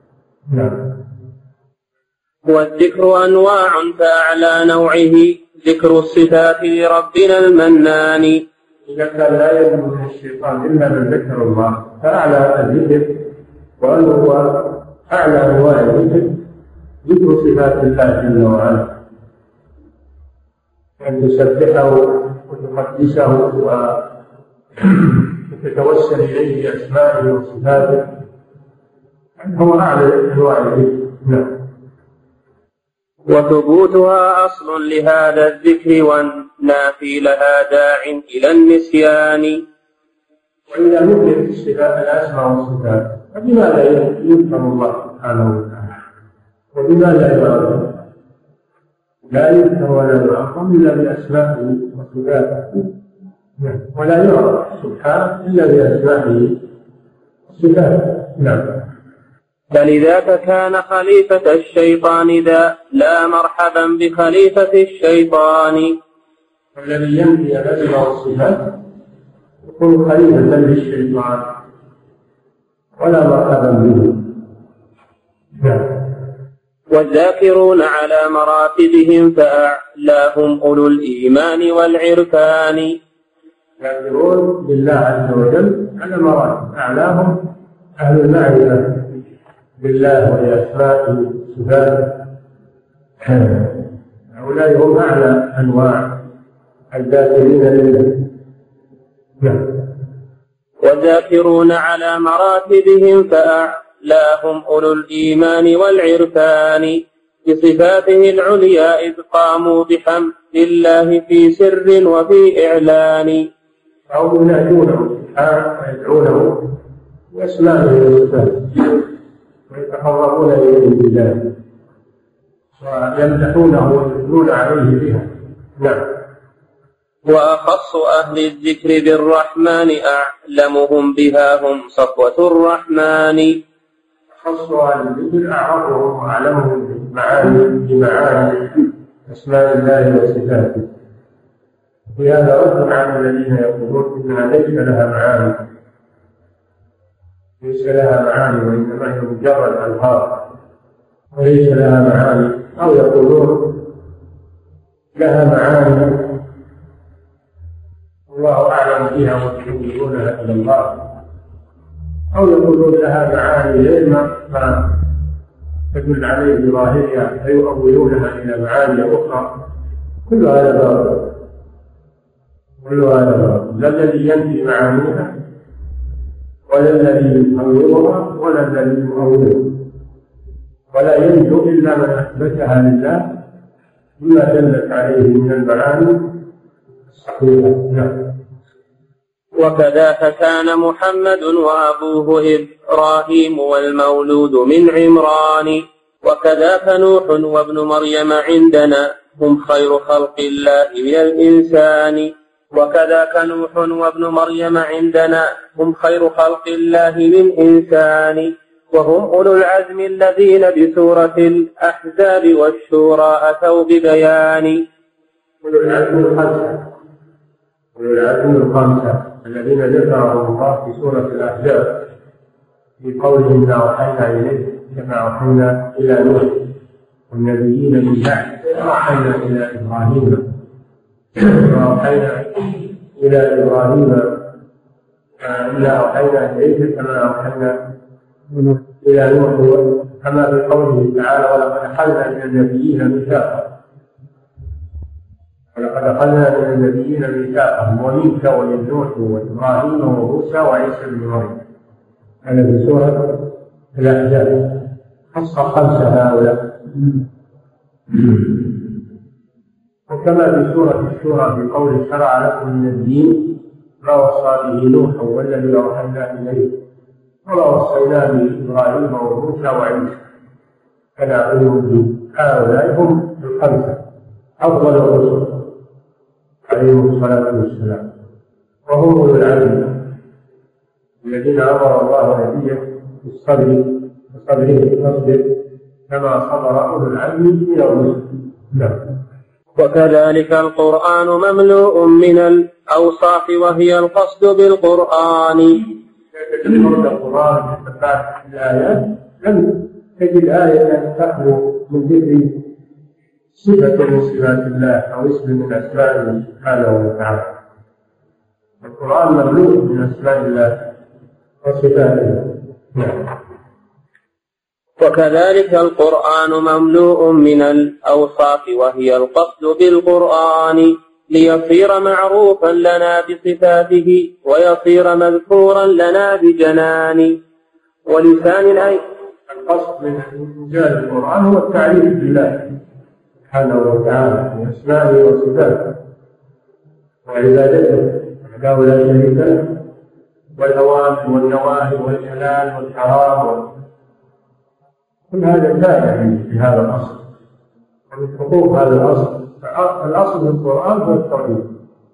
والذكر أنواع فأعلى نوعه ذكر الصفات لربنا المنان. إذا كان لا يلزم من الشيطان إلا من ذكر الله فأعلى الذكر وهو أعلى أنواع الذكر ذكر صفات الله جل وعلا، أن تسبحه وتقدسه وتتوسل إليه بأسمائه وصفاته، هو أعلى أنواع الذكر. وثبوتها أصل لهذا الذكر والنافي لها داع إلى النسيان. وإذا نفي الصفات الأسماء والصفات فبماذا يذكر الله سبحانه وتعالى؟ وبماذا يعظم؟ لا يذكر ولا يعظم إلا بأسمائه وصفاته، ولا يعرف سبحانه إلا بأسمائه وصفاته. فلذاك كان خليفة الشيطان ذا لا مرحبا بخليفة الشيطان. الذي ينفي الأسماء والصفات يكون خليفة للشيطان ولا مرحبا به. والذاكرون على مراتبهم فأعلاهم أولو الإيمان والعرفان. يذكرون بالله عز وجل على مراتب، أعلاهم أهل المعرفة بالله وبأسمائه وصفاته، هؤلاء هم أعلى أنواع الذاكرين لله. والذاكرون على مراتبهم فأعلاهم أولو الإيمان والعرفان بصفاته العليا إذ قاموا بحمد الله في سر وفي إعلان. أو ينادونه سبحانه ويدعونه بأسمائه وصفاته ويتقربون إليه بذلك ويمدحونه ويثنون عليه بها. وأخص أهل الذكر بالرحمن أعلمهم بها هم صفوة الرحمن. أخص أهل الذكر أعرفهم وأعلمهم بمعاني أسماء الله وصفاته. في هذا رد على الذين يقولون إنها ليس لها معاني، ليس لها معاني وإنما هي مجرد ألفاظ وليس لها معاني، أو يقولون لها معاني الله أعلم بها ويحولونها إلى الله، أو يقولون لها معاني غير ما تدل عليه بظاهرها فيؤولونها إلى معاني أخرى. كل هذا باطل، كل هذا باطل، لا الذي ينفي معانيها ولا الذي يؤولها ولا الذي يؤولها، ولا ينجو إلا من أثبتها لله بما دلت عليه من المعاني الصحيحة. نعم. وكذاك كان محمد وأبوه إبراهيم والمولود من عمران، وكذاك نوح وابن مريم عندنا هم خير خلق الله من الإنسان. وكذاك نوح وابن مريم عندنا هم خير خلق الله من إنسان، وهم أولو العزم الذين بسورة الأحزاب والشورى أتوا ببيان. أولو العزم الخمسة الذين ذكرهم الله في سورة الأحزاب في قوله إنا أوحينا إليك كما أوحينا إلى نوح والنبيين من بعد، أوحينا إلى إبراهيم وأوحينا إلى إبراهيم إنا أوحينا إليك كما أوحينا إلى نوح، كما في قوله تعالى ولقد أخذنا من النبيين ميثاقهم، ولقد أخذنا من النبيين ميثاقهم ومنك ومن نوح وإبراهيم وموسى وعيسى بن مريم. هذا في سورة الأحزاب، خص خمسة هؤلاء. وكما في سورة الشورى في قول شرع لكم من الدين ما وصى به نوح والذي أوحينا إليه وما وصينا به إبراهيم وموسى وعيسى كان عليهم الدين. هؤلاء هم الخمسة أفضل الرسل عليهم الصلاة والسلام، وهم أولو العزم الذين أمر الله نبيه بالصبر فاصبر كما صبر أولو العزم من الرسل. نعم. وكذلك القرآن مملوء من الأوصاف وهي القصد بالقرآن. القرآن في الآيات لم تجد آية تخلو من ذكر صفة من صفات الله أو اسم من أسمائه سبحانه وتعالى. القرآن مملوء من أسماء الله وصفاته. وكذلك القرآن مملوء من الأوصاف وهي القصد بالقرآن ليصير معروفا لنا بصفاته ويصير مذكورا لنا بجنان ولسان أي. القصد من إنزال القرآن هو التعريف بالله سبحانه وتعالى بأسمائه وصفاته وعبادته وحده لا شريك له، والأوامر والنواهي والحلال والحرام، كل هذا جاء في هذا الأصل ومن حقوق هذا الأصل. الأصل في القرآن هو التوحيد،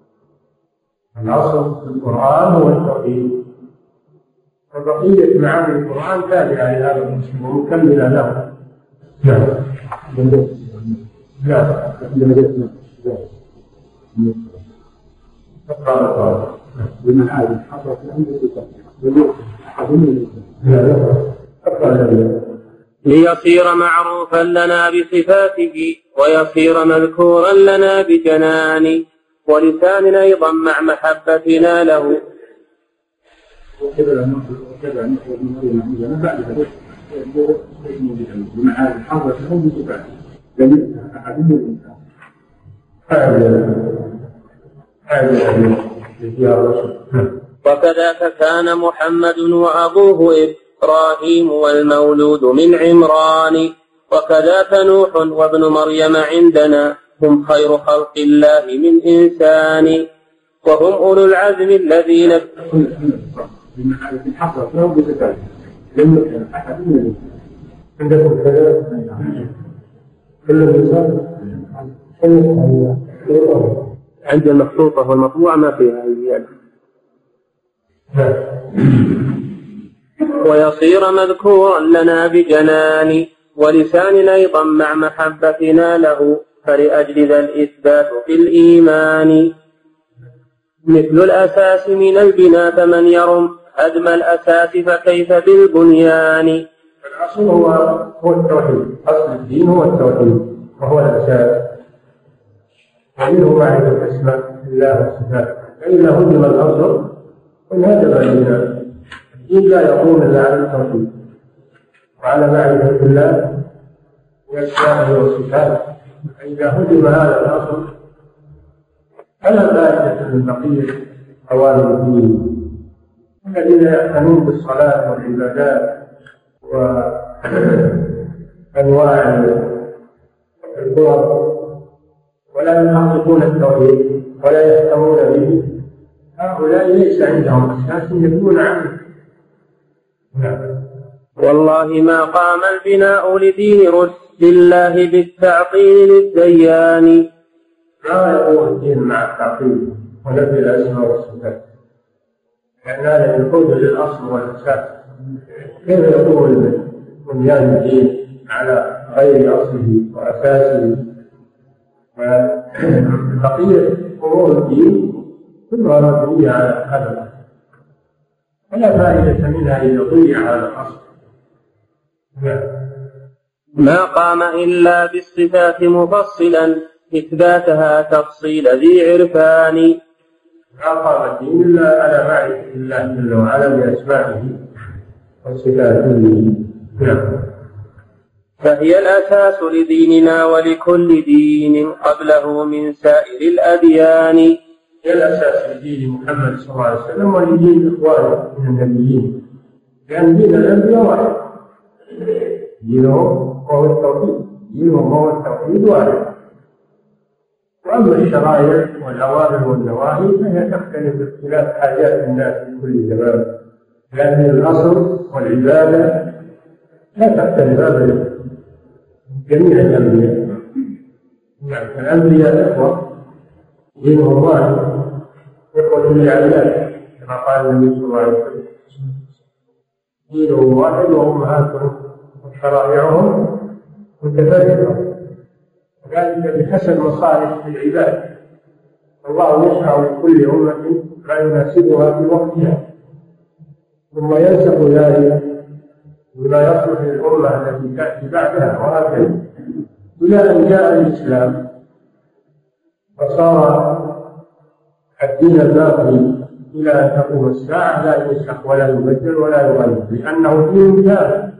الأصل في القرآن هو التوحيد، وبقية معاني القرآن تابعة لهذا الأصل ومكملة له. نعم. ليصير معروفا لنا بصفاته ويصير مذكورا لنا بجنان ولسان أيضا مع محبتنا له. وكذاك كان محمد وأبوه إبراهيم والمولود من عمران، وكذاك نوح وابن مريم عندنا هم خير خلق الله من إنسان، وهم أولو العزم الذين عندكم كذا عند المخطوطة والمطبوعة ما فيها أي. ويصير مذكورا لنا بجنان ولسان أيضا مع محبتنا له فلأجل ذا الإثبات في الإيمان مثل الأساس من البناء فمن يرم هدم الأساس فكيف بالبنيان. الأصل هو التوحيد، أصل الدين هو التوحيد وهو الأساس، ومنه معرفة أسماء الله وصفاته، فإذا هدم الأصل انهدم البناء. الدين لا يقوم إلا على التوحيد وعلى معرفة الله وأسمائه وصفاته. فإذا هدم هذا الأصل فلا فائدة من بقية قوانين الدين. الذين يهتمون بالصلاة والعبادات وأنواع القرب ولا يحققون التوحيد ولا يهتمون به، هؤلاء ليس عندهم أساس يبنون عنه. والله ما قام البناء لدين رسل الله بالتعطيل للديان. لا يقوم الدين مع التعطيل ونفي الأسماء والصفات، لأن هذا ينقض للأصل والأساس. كيف يقوم بنيان الدين على غير أصله وأساسه؟ وبقية أمور الدين كلها مبنية على هذا الأصل، فلا فائدة منها إذا ضيع هذا الأصل. ما قام إلا بالصفات مفصلا إثباتها تفصيل ذي عرفان. ما قام الدين إلا على معرفة الله جل وعلا بأسمائه وصفاته. فهي الأساس لديننا ولكل دين قبله من سائر الأديان. هي الأساس لدين محمد صلى الله عليه وسلم ولدين إخوانه من النبيين، لأن دين الأنبياء واحد، دينهم هو التوحيد، دينهم هو التوحيد واحد. وأما الشرائع والأوامر والنواهي فهي تختلف باختلاف حاجات الناس في كل زمان، لكن الأصل والعبادة لا تختلف أبدا جميع الأنبياء. الأنبياء إخوة دينهم واحد، إخوة للعباد كما قال النبي صلى الله عليه وسلم، دينهم واحد وأمهاتهم وشرائعهم متفرقة، وذلك بحسب مصالح العباد. الله يشرع لكل أمة ما يناسبها في وقتها، ثم ينسخ ذلك بما يصلح للأمة التي تأتي بعدها، وهكذا إلى أن جاء الإسلام فصار الدين الباقي إلى أن تقوم الساعة لا ينسخ ولا يبدل ولا يغير، لأنه دين كامل